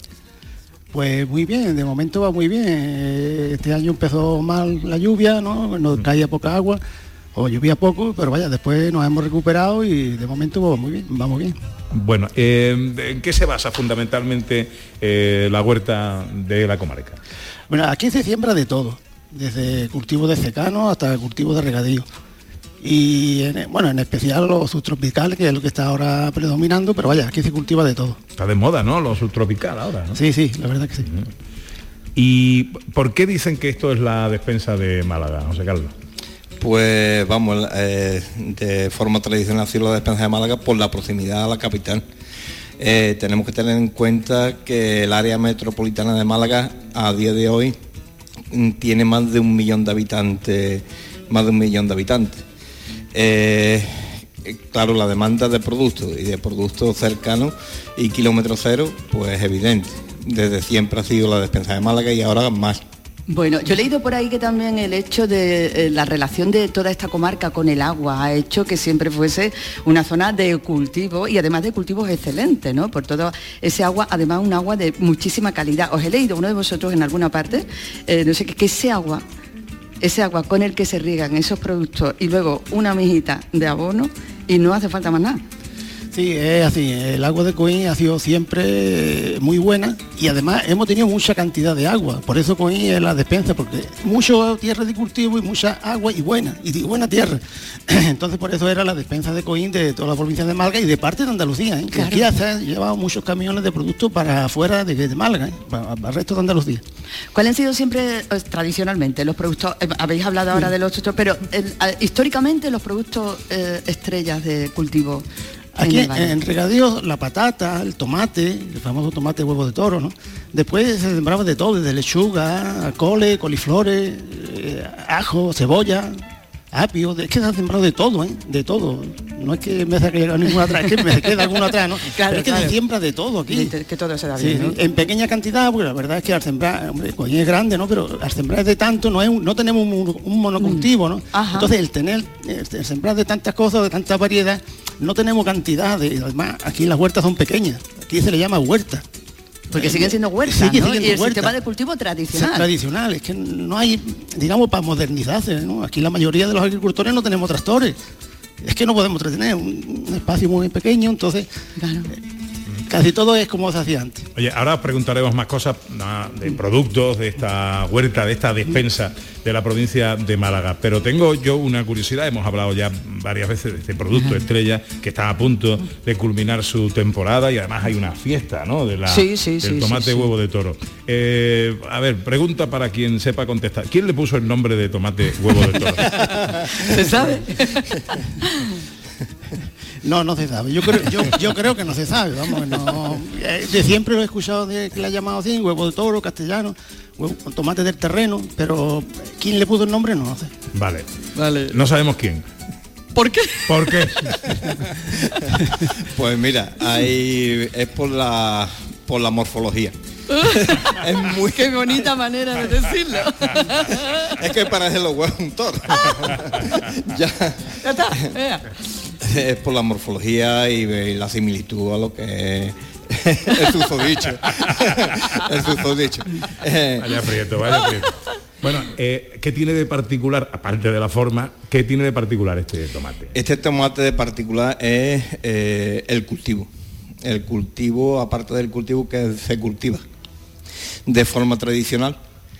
Pues muy bien, de momento va muy bien. Este año empezó mal la lluvia, ¿no? Nos caía poca agua, o llovía poco, pero vaya, después nos hemos recuperado y de momento vamos muy bien, vamos bien. Bueno, ¿en qué se basa fundamentalmente la huerta de la comarca? Bueno, aquí se siembra de todo, desde cultivos de secano hasta cultivos de regadío. Y en especial los subtropicales, que es lo que está ahora predominando, pero vaya, aquí se cultiva de todo. Está de moda, ¿no? Lo subtropical ahora, ¿no? Sí, la verdad que sí. ¿Y por qué dicen que esto es la despensa de Málaga, José Carlos? Pues vamos, de forma tradicional ha sido la despensa de Málaga por la proximidad a la capital. Tenemos que tener en cuenta que el área metropolitana de Málaga a día de hoy tiene más de 1 millón de habitantes, claro, la demanda de productos y de productos cercanos y kilómetro cero, pues es evidente. Desde siempre ha sido la despensa de Málaga y ahora más. Bueno, yo he leído por ahí que también el hecho de la relación de toda esta comarca con el agua ha hecho que siempre fuese una zona de cultivo y además de cultivos excelentes, ¿no? Por todo ese agua, además un agua de muchísima calidad. Os he leído uno de vosotros en alguna parte, no sé, que ese agua con el que se riegan esos productos y luego una mijita de abono y no hace falta más nada. Sí, es así, el agua de Coín ha sido siempre muy buena y además hemos tenido mucha cantidad de agua, por eso Coín es la despensa, porque mucha tierra de cultivo y mucha agua y buena tierra. Entonces por eso era la despensa de Coín de toda la provincia de Málaga y de parte de Andalucía, ¿eh? Claro. Que aquí se han llevado muchos camiones de productos para afuera de Málaga, para el resto de Andalucía. ¿Cuáles han sido siempre, tradicionalmente, los productos, habéis hablado ahora de los otros, pero históricamente los productos estrellas de cultivo? Aquí en regadío la patata, el tomate, el famoso tomate huevo de toro, ¿no? Después se sembraba de todo, desde lechuga, cole, coliflores, ajo, cebolla, apio, es que se ha sembrado de todo, ¿eh? De todo. No es que me saque ninguna atrás, es que me queda alguna atrás, ¿no? Claro, pero es que se siembra de todo aquí. Que todo se da bien, sí, ¿no? En pequeña cantidad, porque la verdad es que al sembrar, hombre, Coín es grande, ¿no? Pero al sembrar de tanto no tenemos un monocultivo, ¿no? Ajá. Entonces el sembrar de tantas cosas, de tanta variedad, no tenemos cantidad, además aquí las huertas son pequeñas, aquí se le llama huerta. Porque siguen siendo huertas, ¿no? Y el sistema de cultivo tradicional. Es tradicional, es que no hay, digamos, para modernizarse, ¿no? Aquí la mayoría de los agricultores no tenemos tractores. Es que no podemos tener un espacio muy pequeño, entonces... Claro. Casi todo es como se hacía antes. Oye, ahora os preguntaremos más cosas de productos de esta huerta, de esta despensa de la provincia de Málaga, pero tengo yo una curiosidad. Hemos hablado ya varias veces de este producto estrella que está a punto de culminar su temporada y además hay una fiesta, ¿no? Del tomate huevo de toro. A ver, pregunta para quien sepa contestar. ¿Quién le puso el nombre de tomate huevo de toro? ¿Se sabe? No se sabe. Yo creo que no se sabe, vamos, no. De siempre lo he escuchado que le ha llamado así, huevo de toro, castellano, tomate del terreno, pero quién le puso el nombre no lo sé. Vale. No sabemos quién. ¿Por qué? ¿Por qué? Pues mira, ahí es por la morfología. Qué bonita manera de decirlo. Es que parece los huevos un toro. Ya está, vea. Es por la morfología y la similitud a lo que es el susodicho. El susodicho. Vaya prieto. Bueno, ¿qué tiene de particular, aparte de la forma, qué tiene de particular este tomate? Este tomate de particular es el cultivo. El cultivo, aparte del cultivo que se cultiva de forma tradicional,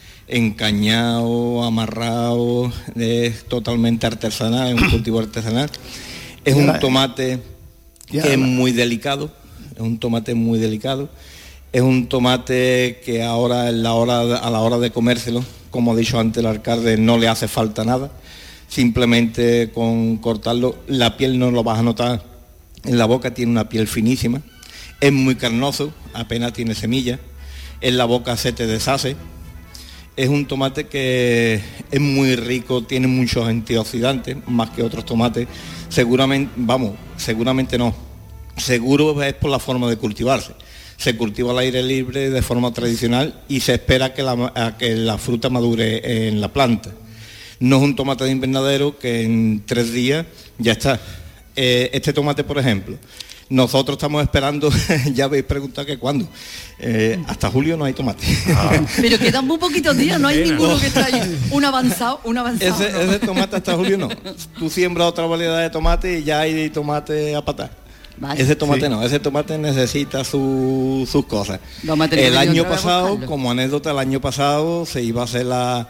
encañado, amarrado, es totalmente artesanal, es un cultivo artesanal. Es un tomate que es muy delicado, es un tomate muy delicado. Es un tomate que ahora a la hora de comérselo, como ha dicho antes el alcalde, no le hace falta nada. Simplemente con cortarlo, la piel no lo vas a notar. En la boca tiene una piel finísima, es muy carnoso, apenas tiene semilla. En la boca se te deshace. Es un tomate que es muy rico, tiene muchos antioxidantes, más que otros tomates. Seguramente no. Seguro es por la forma de cultivarse. Se cultiva al aire libre de forma tradicional y se espera a que la fruta madure en la planta. No es un tomate de invernadero que en 3 días ya está. Este tomate, por ejemplo, nosotros estamos esperando, ya habéis preguntado que cuándo. Hasta julio no hay tomate. Pero quedan muy poquitos días, no hay ninguno que está ahí. Un avanzado. Ese tomate hasta julio no. Tú siembras otra variedad de tomate y ya hay tomate a patar. Vale. Ese tomate no, ese tomate necesita sus cosas. El año pasado, como anécdota, el año pasado se iba a hacer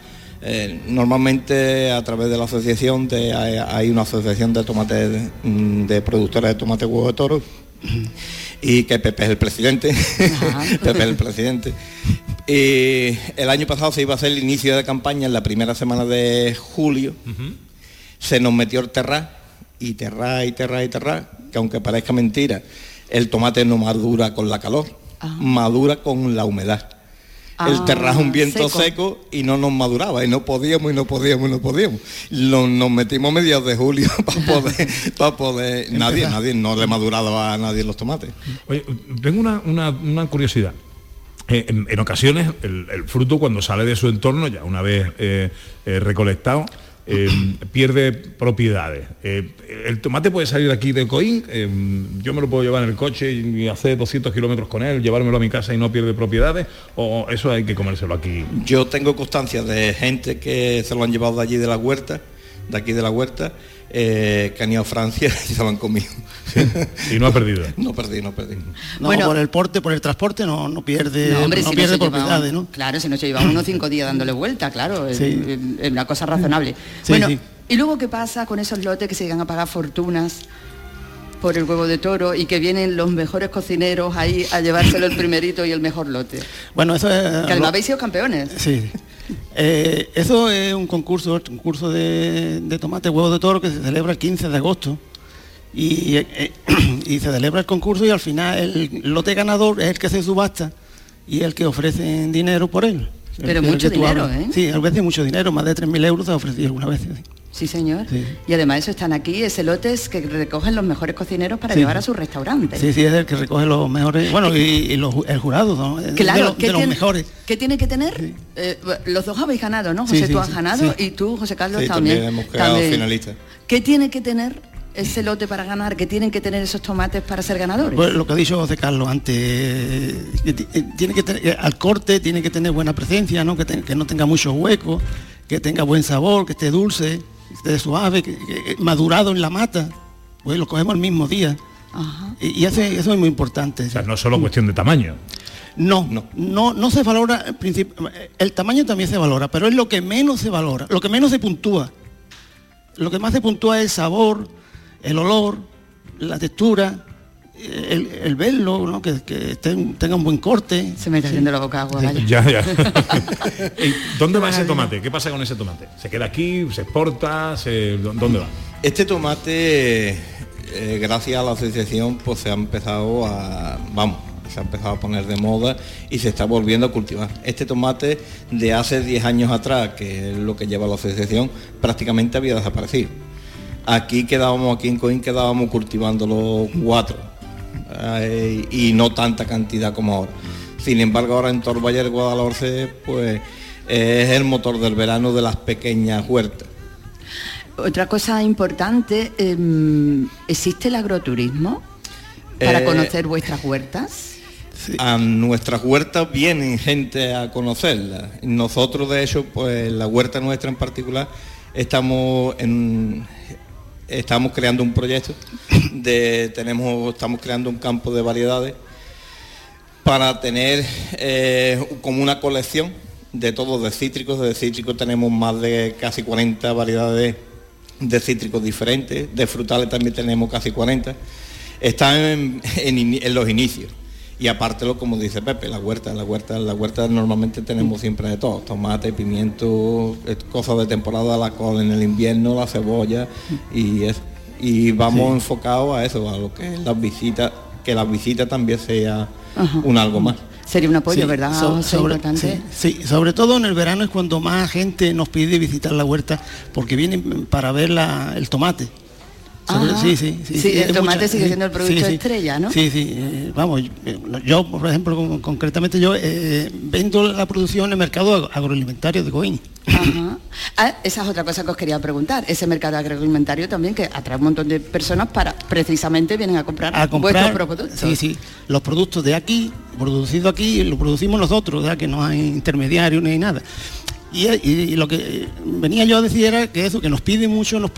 normalmente a través de la asociación, hay una asociación de tomates, de productores de tomate huevo de toro, y que Pepe es el presidente. Pepe es el presidente. Y el año pasado se iba a hacer el inicio de campaña en la primera semana de julio. Se nos metió el terrá, que aunque parezca mentira, el tomate no madura con la calor, madura con la humedad. El terrá es un viento seco y no nos maduraba, y no podíamos. Nos metimos a mediados de julio para poder nadie, no le maduraba a nadie los tomates. Oye, tengo una curiosidad. En ocasiones el fruto, cuando sale de su entorno, ya una vez recolectado, pierde propiedades. El tomate puede salir de aquí de Coín, yo me lo puedo llevar en el coche y hacer 200 kilómetros con él, llevármelo a mi casa y no pierde propiedades, o eso hay que comérselo aquí. Yo tengo constancia de gente que se lo han llevado de allí de aquí de la huerta, que han ido a Francia y se lo han comido. ¿Sí? Y no ha perdido. No perdí. No, bueno, por el transporte no pierde, si pierde propiedades, ¿no? Claro, si no se llevaba unos 5 días dándole vuelta, claro, sí. Es una cosa razonable. Sí, sí. ¿Y luego qué pasa con esos lotes que se llegan a pagar fortunas por el huevo de toro y que vienen los mejores cocineros ahí a llevárselo el primerito y el mejor lote? Bueno, eso es... Que además habéis sido campeones. Sí. Eso es un concurso de tomate huevo de toro que se celebra el 15 de agosto y se celebra el concurso y al final el lote ganador es el que se subasta y el que ofrece dinero por él. Pero mucho dinero, ¿eh? Sí, a veces mucho dinero, más de 3.000 euros se ha ofrecido alguna vez. Sí, señor. Sí. Y además eso están aquí, ese lote es que recogen los mejores cocineros para llevar a sus restaurantes. Sí, es el que recoge los mejores, bueno, y el jurado, ¿no? Claro, de los mejores. ¿Qué tiene que tener? Sí. Los dos habéis ganado, ¿no? José, tú has ganado y tú, José Carlos, también hemos quedado finalistas. ¿Qué tiene que tener ese lote para ganar? ¿Qué tienen que tener esos tomates para ser ganadores? Pues lo que ha dicho José Carlos antes, tiene que tener, al corte tiene que tener buena presencia, ¿no? Que no tenga muchos huecos, que tenga buen sabor, que esté dulce, que esté suave, que madurado en la mata, pues lo cogemos el mismo día. Y eso es muy importante. O sea, no es solo cuestión de tamaño. No se valora, el tamaño también se valora, pero es lo que menos se valora, lo que menos se puntúa. Lo que más se puntúa es el sabor, el olor, la textura, el verlo, ¿no? que tenga un buen corte. Se me está haciendo la boca agua, vaya. Ya. ¿Dónde va ese tomate? ¿Qué pasa con ese tomate? ¿Se queda aquí? ¿Se exporta? ¿Dónde va? Este tomate, gracias a la asociación, pues se ha empezado a poner de moda y se está volviendo a cultivar. Este tomate de hace 10 años atrás, que es lo que lleva la asociación, prácticamente había desaparecido. Aquí en Coín quedábamos cultivándolo 4 y no tanta cantidad como ahora. Sin embargo, ahora en todo el Valle del Guadalhorce, pues es el motor del verano de las pequeñas huertas. Otra cosa importante, ¿existe el agroturismo para conocer vuestras huertas? Sí. A nuestras huertas vienen gente a conocerlas. Nosotros, de hecho, pues la huerta nuestra en particular, estamos creando un proyecto estamos creando un campo de variedades para tener como una colección de todos de cítricos. De cítricos tenemos más de casi 40 variedades de cítricos diferentes, de frutales también tenemos casi 40. Están en los inicios. Y aparte, como dice Pepe, la huerta normalmente tenemos siempre de todo: tomate, pimiento, cosas de temporada, la col en el invierno, la cebolla y eso. Y vamos enfocados a eso, a lo que es las visitas, que las visitas también sea un algo más. Sería un apoyo, ¿verdad? Importante. Sí, sobre todo en el verano es cuando más gente nos pide visitar la huerta, porque vienen para ver el tomate. Sí, el tomate sigue siendo el producto estrella, ¿no? Sí, vamos, yo por ejemplo, concretamente yo vendo la producción en el mercado agroalimentario de Coín. Esa es otra cosa que os quería preguntar, ese mercado agroalimentario también que atrae un montón de personas precisamente vienen a comprar vuestros productos. Sí, los productos de aquí, producidos aquí, lo producimos nosotros, ¿verdad? Que no hay intermediarios ni nada. Y lo que venía yo a decir era que eso, que nos piden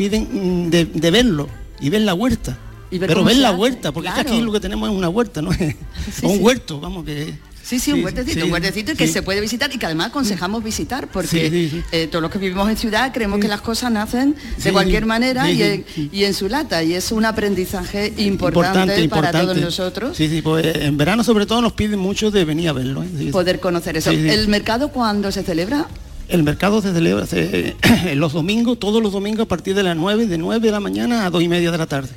de verlo y ver la huerta. Pero ver la huerta, porque es que aquí lo que tenemos es una huerta, ¿no? Un huerto, vamos, que... un huertecito y que se puede visitar y que además aconsejamos visitar, porque todos los que vivimos en ciudad creemos que las cosas nacen de cualquier manera y en su lata, y es un aprendizaje importante para todos nosotros. Pues en verano sobre todo nos piden mucho de venir a verlo. Poder conocer eso. ¿El mercado cuándo se celebra? El mercado se celebra los domingos, todos los domingos a partir de las 9, de 9 de la mañana a 2:30 de la tarde.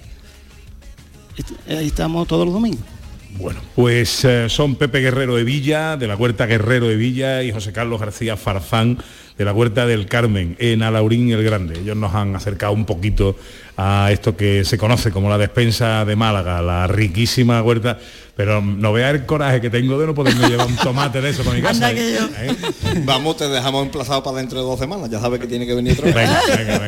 Ahí estamos todos los domingos. Bueno, pues son Pepe Guerrero de Villa, de la Huerta Guerrero de Villa, y José Carlos García Farfán, de la Huerta del Carmen, en Alaurín el Grande. Ellos nos han acercado un poquito a esto que se conoce como la despensa de Málaga, la riquísima huerta, pero no vea el coraje que tengo de no poderme llevar un tomate de eso para mi casa. Vamos, te dejamos emplazado para dentro de 2 semanas, ya sabes que tiene que venir otro. Venga,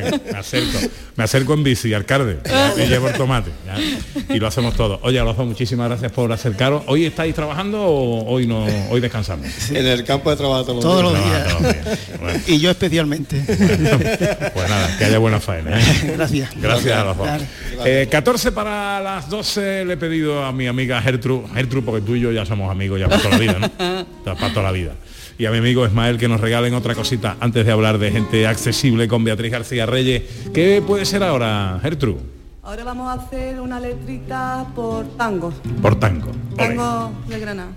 me acerco en bici, alcalde, me llevo el tomate, ¿ya? Y lo hacemos todo. Oye, Adolfo, muchísimas gracias por acercaros. ¿Hoy estáis trabajando o hoy no? Hoy descansamos. En el campo de trabajo todos los días. Bueno. Y yo especialmente. Pues nada, que haya buena faena. Gracias. Gracias, Adolfo. 14 para las 12 le he pedido a mi amiga Gertrude, porque tú y yo ya somos amigos ya para toda la vida, ¿no? Para toda la vida. Y a mi amigo Ismael que nos regalen otra cosita antes de hablar de gente accesible con Beatriz García Reyes. ¿Qué puede ser ahora, Gertrude? Ahora vamos a hacer una letrita por tango. Por tango. Tango de Granada.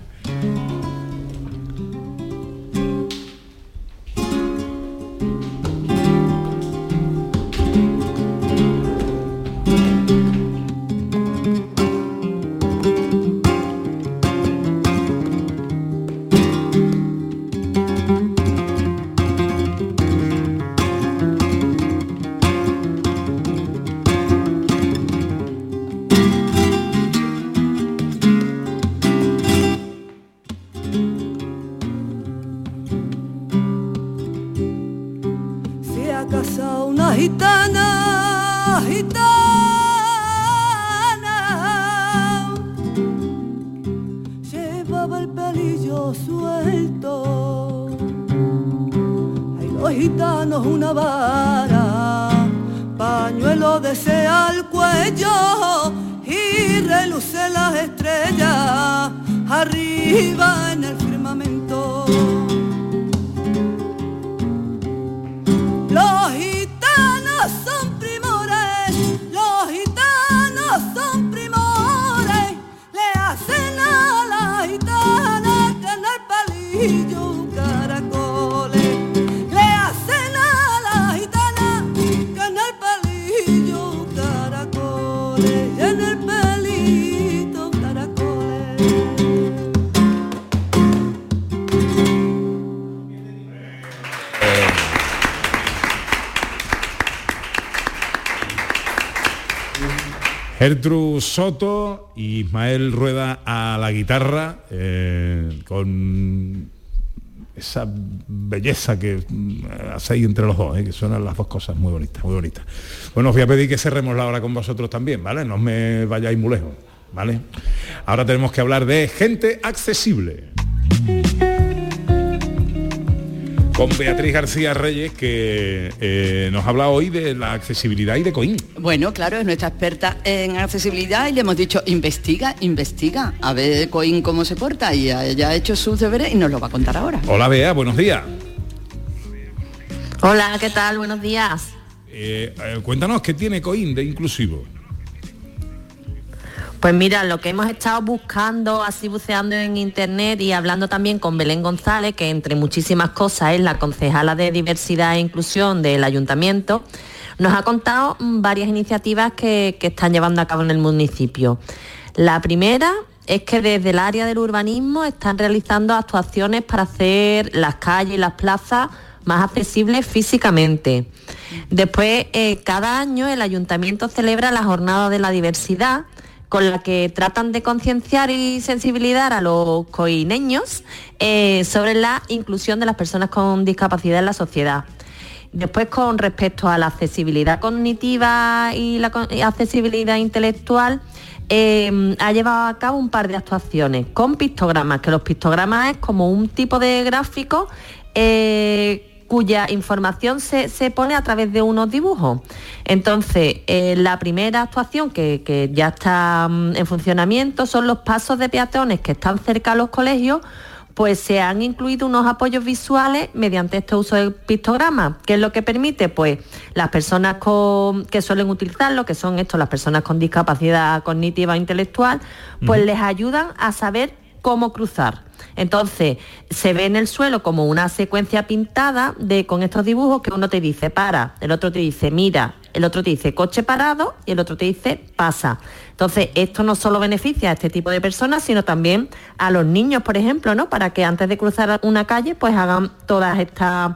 Pañuelo desea al cuello y reloj relucen las estrellas arriba en el firmamento. Los gitanos son primores, los gitanos son primores, le hacen a la gitana que en el palillo caracoles, le hacen a la gitana que en el palillo caracoles, y en el pelito caracoles. Gertrude Soto y Ismael Rueda a la guitarra, con esa belleza que hacéis entre los dos, que suenan las dos cosas muy bonitas, muy bonitas. Bueno, os voy a pedir que cerremos la hora con vosotros también, ¿vale? No os me vayáis muy lejos, ¿vale? Ahora tenemos que hablar de gente accesible. Con Beatriz García Reyes, que nos habla hoy de la accesibilidad y de Coín. Bueno, claro, es nuestra experta en accesibilidad y le hemos dicho, investiga, a ver Coín cómo se porta, y ella ha hecho sus deberes y nos lo va a contar ahora. Hola Bea, buenos días. Hola, ¿qué tal? Buenos días. Cuéntanos, ¿qué tiene Coín de inclusivo? Pues mira, lo que hemos estado buscando, así buceando en internet y hablando también con Belén González, que entre muchísimas cosas es la concejala de Diversidad e Inclusión del Ayuntamiento, nos ha contado varias iniciativas que están llevando a cabo en el municipio. La primera es que desde el área del urbanismo están realizando actuaciones para hacer las calles y las plazas más accesibles físicamente. Después, cada año el Ayuntamiento celebra la Jornada de la Diversidad, con la que tratan de concienciar y sensibilizar a los coineños sobre la inclusión de las personas con discapacidad en la sociedad. Después, con respecto a la accesibilidad cognitiva y la accesibilidad intelectual, ha llevado a cabo un par de actuaciones con pictogramas, que los pictogramas es como un tipo de gráfico cuya información se pone a través de unos dibujos. Entonces, la primera actuación que ya está en funcionamiento son los pasos de peatones que están cerca a los colegios, pues se han incluido unos apoyos visuales mediante este uso del pictograma. ¿Qué es lo que permite? Pues las personas que suelen utilizarlo, que son las personas con discapacidad cognitiva o intelectual, pues les ayudan a saber cómo cruzar. Entonces, se ve en el suelo como una secuencia pintada con estos dibujos, que uno te dice para, el otro te dice mira, el otro te dice coche parado y el otro te dice pasa. Entonces, esto no solo beneficia a este tipo de personas, sino también a los niños, por ejemplo, ¿no? Para que antes de cruzar una calle, pues hagan todas estas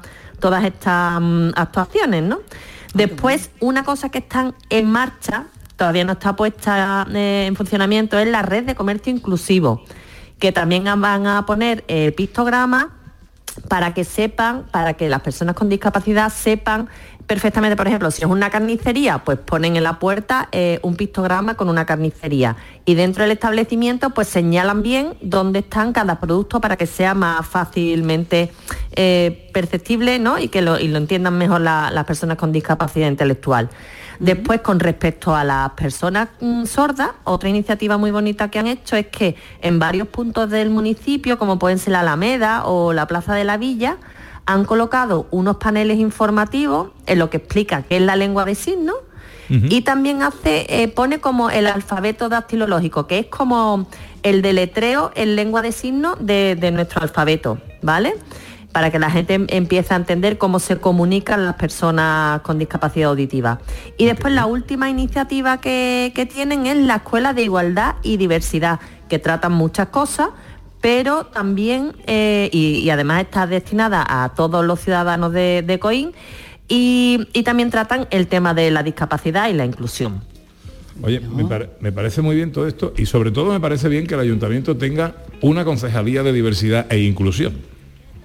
actuaciones, ¿no? Después, una cosa que están en marcha, todavía no está puesta en funcionamiento, es la red de comercio inclusivo, que también van a poner pictogramas para que las personas con discapacidad sepan perfectamente, por ejemplo, si es una carnicería, pues ponen en la puerta un pictograma con una carnicería, y dentro del establecimiento pues señalan bien dónde están cada producto para que sea más fácilmente perceptible, ¿no? y lo entiendan mejor las personas con discapacidad intelectual. Después, con respecto a las personas sordas, otra iniciativa muy bonita que han hecho es que en varios puntos del municipio, como pueden ser la Alameda o la Plaza de la Villa, han colocado unos paneles informativos en lo que explica qué es la lengua de signos, y también pone como el alfabeto dactilológico, que es como el deletreo en lengua de signos de nuestro alfabeto, ¿vale? Para que la gente empiece a entender cómo se comunican las personas con discapacidad auditiva. Y después la última iniciativa que tienen es la Escuela de Igualdad y Diversidad, que tratan muchas cosas, pero también, y además está destinada a todos los ciudadanos de Coín, y también tratan el tema de la discapacidad y la inclusión. Oye, me parece muy bien todo esto, y sobre todo me parece bien que el ayuntamiento tenga una concejalía de diversidad e inclusión.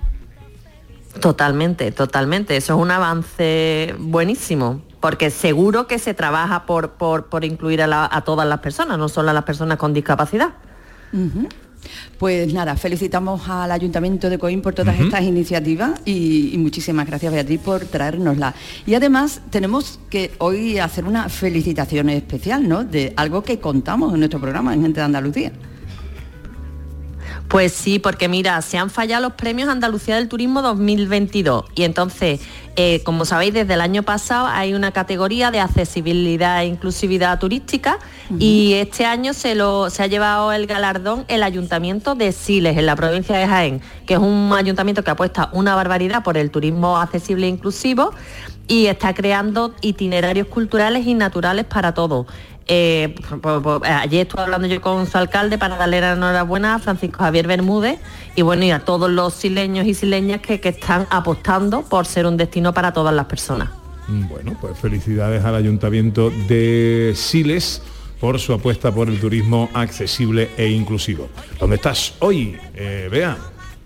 Totalmente. Eso es un avance buenísimo, porque seguro que se trabaja por incluir a todas las personas, no solo a las personas con discapacidad. Pues nada, felicitamos al Ayuntamiento de Coín por todas estas iniciativas y muchísimas gracias, Beatriz, por traérnosla. Y además tenemos que hoy hacer una felicitación especial, ¿no?, de algo que contamos en nuestro programa en Gente de Andalucía. Pues sí, porque mira, se han fallado los premios Andalucía del Turismo 2022 y entonces, como sabéis, desde el año pasado hay una categoría de accesibilidad e inclusividad turística y este año se ha llevado el galardón el Ayuntamiento de Siles, en la provincia de Jaén, que es un ayuntamiento que apuesta una barbaridad por el turismo accesible e inclusivo y está creando itinerarios culturales y naturales para todos. Ayer estuve hablando yo con su alcalde para darle la enhorabuena a Francisco Javier Bermúdez y bueno, y a todos los sileños y sileñas que están apostando por ser un destino para todas las personas. Bueno, pues felicidades al Ayuntamiento de Siles por su apuesta por el turismo accesible e inclusivo. ¿Dónde estás hoy, Bea?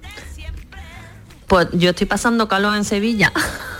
Pues yo estoy pasando calor en Sevilla.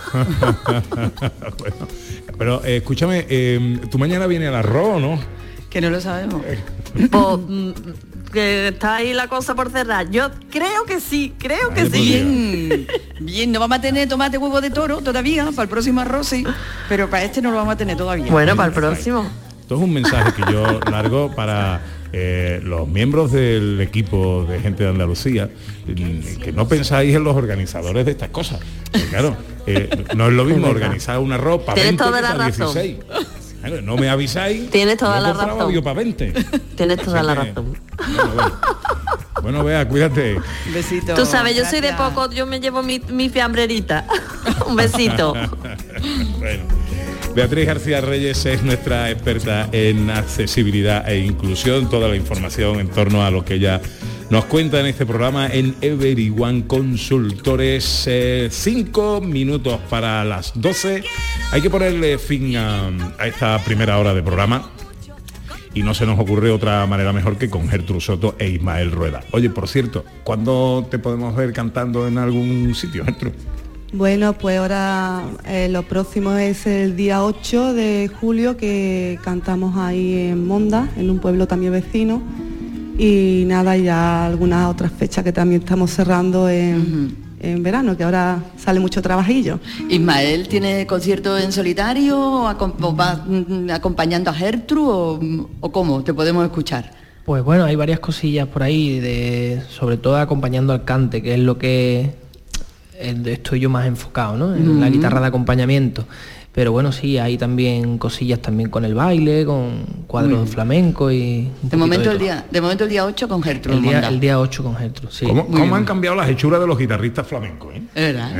Bueno, pero escúchame, ¿tú mañana viene el arroz, no? Que no lo sabemos. Pues, que está ahí la cosa por cerrar. Yo creo que sí, sí. Bien, no vamos a tener tomate huevo de toro todavía, para el próximo arroz sí, pero para este no lo vamos a tener todavía. Bueno, para el próximo. Esto es un mensaje que yo largo para los miembros del equipo de Gente de Andalucía, que no pensáis en los organizadores de estas cosas. Porque, claro, no es lo mismo organizar una ropa para 20 que para 16. Claro, no me avisáis. Tienes toda la razón. Yo para 20. Tienes toda la razón. Bueno, Bea, cuídate. Un besito. Tú sabes, yo soy de poco, yo me llevo mi fiambrerita. Un besito. Bueno. Beatriz García Reyes es nuestra experta en accesibilidad e inclusión. Toda la información en torno a lo que ella nos cuenta en este programa en Everyone Consultores. 5 minutos para las 12. Hay que ponerle fin a esta primera hora de programa. Y no se nos ocurre otra manera mejor que con Gertrude Soto e Ismael Rueda. Oye, por cierto, ¿cuándo te podemos ver cantando en algún sitio, Gertrude? Bueno, pues ahora lo próximo es el día 8 de julio, que cantamos ahí en Monda, en un pueblo también vecino. Y nada, ya algunas otras fechas que también estamos cerrando en verano, que ahora sale mucho trabajillo. Ismael, ¿tiene concierto en solitario o va acompañando a Gertrude o cómo te podemos escuchar? Pues bueno, hay varias cosillas por ahí, sobre todo acompañando al cante, que es lo que estoy yo más enfocado, ¿no? En la guitarra de acompañamiento. Pero bueno, sí, hay también cosillas también con el baile, con cuadros de flamenco y... De momento el día 8 con Gertrude. El día 8 con Gertrude, sí. ¿Cómo han cambiado las hechuras de los guitarristas flamencos? ¿Verdad?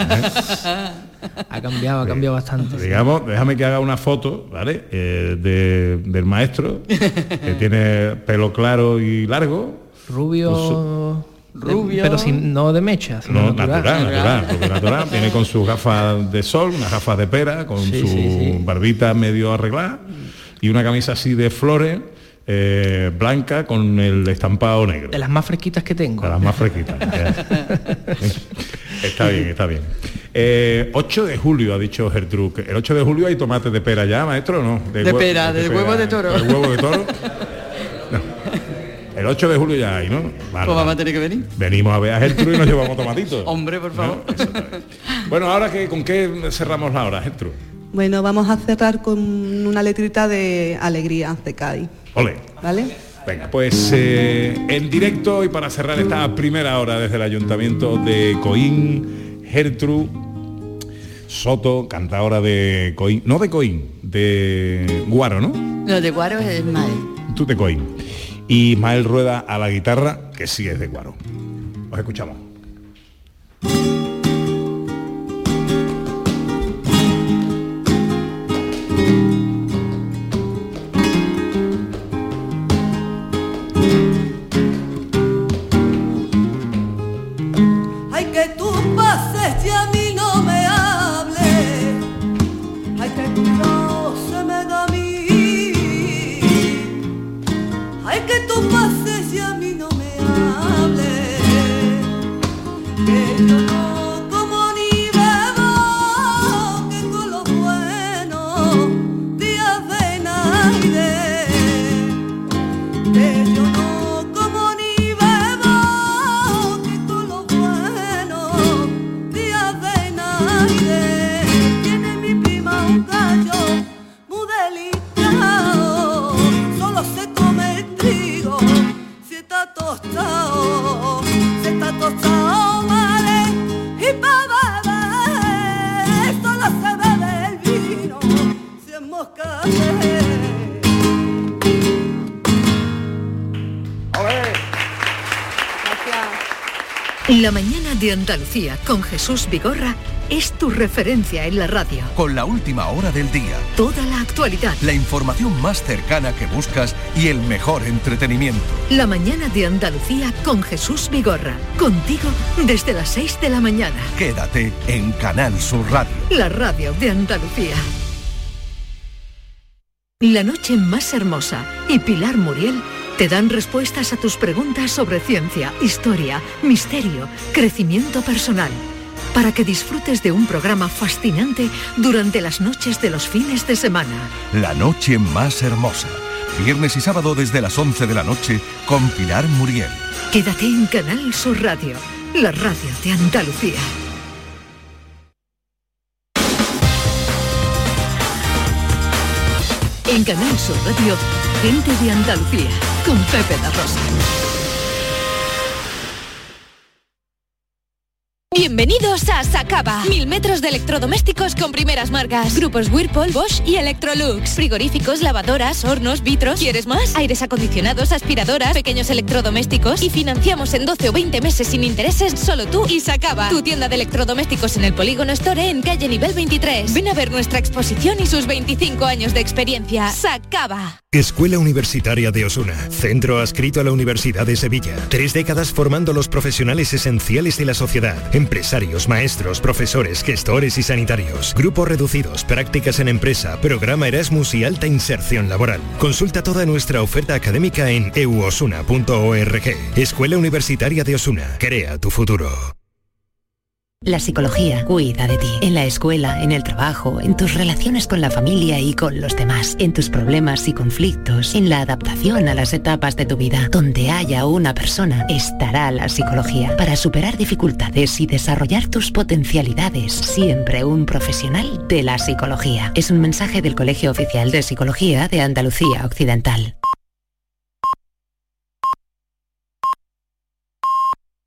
Ha cambiado bastante. Digamos, déjame que haga una foto, ¿vale? Del maestro, que tiene pelo claro y largo. Rubio, pero no de mecha, sino natural. Viene con sus gafas de sol, unas gafas de pera, con su barbita medio arreglada y una camisa así de flores, blanca con el estampado negro. De las más fresquitas que tengo. De las más fresquitas. Está bien. 8 de julio, ha dicho Gertrude. ¿El 8 de julio hay tomates de pera ya, maestro, o no? De pera, de huevo de toro. ¿El huevo de toro? No. El 8 de julio ya hay, ¿no? Vale, pues vamos a tener que venir. Venimos a ver a Gertrude y nos llevamos tomatitos. Hombre, por favor. ¿No? Bueno, ahora ¿con qué cerramos la hora, Gertrude? Bueno, vamos a cerrar con una letrita de Alegría de Cádiz. Ole. ¿Vale? Venga, pues en directo y para cerrar esta primera hora desde el Ayuntamiento de Coín, Gertrude Soto, cantadora de Coín, no de Coín, de Guaro, ¿no? No, de Guaro es Ismael. Tú de Coín. Y Ismael Rueda a la guitarra, que sí es de Guaro. Os escuchamos. Ay, que tú pases y a mí no me hables. Ay, que tú no se me da a mí. Ay, que tú pases y a mí no me hables. Que yo no como ni bebo, que con los buenos días ven a ir. Que yo no como ni bebo. tostado, se está tostado, madre, y pa' beber, solo se bebe el vino, si es moscatel. La mañana de Andalucía con Jesús Vigorra es tu referencia en la radio. Con la última hora del día. Toda la actualidad. La información más cercana que buscas y el mejor entretenimiento. La mañana de Andalucía con Jesús Vigorra. Contigo desde las 6 de la mañana. Quédate en Canal Sur Radio. La radio de Andalucía. La noche más hermosa y Pilar Muriel te dan respuestas a tus preguntas sobre ciencia, historia, misterio, crecimiento personal, para que disfrutes de un programa fascinante durante las noches de los fines de semana. La noche más hermosa. Viernes y sábado desde las 11 de la noche con Pilar Muriel. Quédate en Canal Sur Radio, la radio de Andalucía. En Canal Sur Radio, gente de Andalucía, con Pepe da Rosa. Bienvenidos a Sacaba. 1000 metros de electrodomésticos con primeras marcas. Grupos Whirlpool, Bosch y Electrolux. Frigoríficos, lavadoras, hornos, vitros. ¿Quieres más? Aires acondicionados, aspiradoras, pequeños electrodomésticos. Y financiamos en 12 o 20 meses sin intereses, solo tú y Sacaba. Tu tienda de electrodomésticos en el Polígono Store en calle nivel 23. Ven a ver nuestra exposición y sus 25 años de experiencia. Sacaba. Escuela Universitaria de Osuna, centro adscrito a la Universidad de Sevilla. 3 décadas formando los profesionales esenciales de la sociedad, empresarios, maestros, profesores, gestores y sanitarios. Grupos reducidos, prácticas en empresa, programa Erasmus y alta inserción laboral. Consulta toda nuestra oferta académica en euosuna.org. Escuela Universitaria de Osuna, crea tu futuro. La psicología cuida de ti, en la escuela, en el trabajo, en tus relaciones con la familia y con los demás, en tus problemas y conflictos, en la adaptación a las etapas de tu vida. Donde haya una persona, estará la psicología. Para superar dificultades y desarrollar tus potencialidades, siempre un profesional de la psicología. Es un mensaje del Colegio Oficial de Psicología de Andalucía Occidental.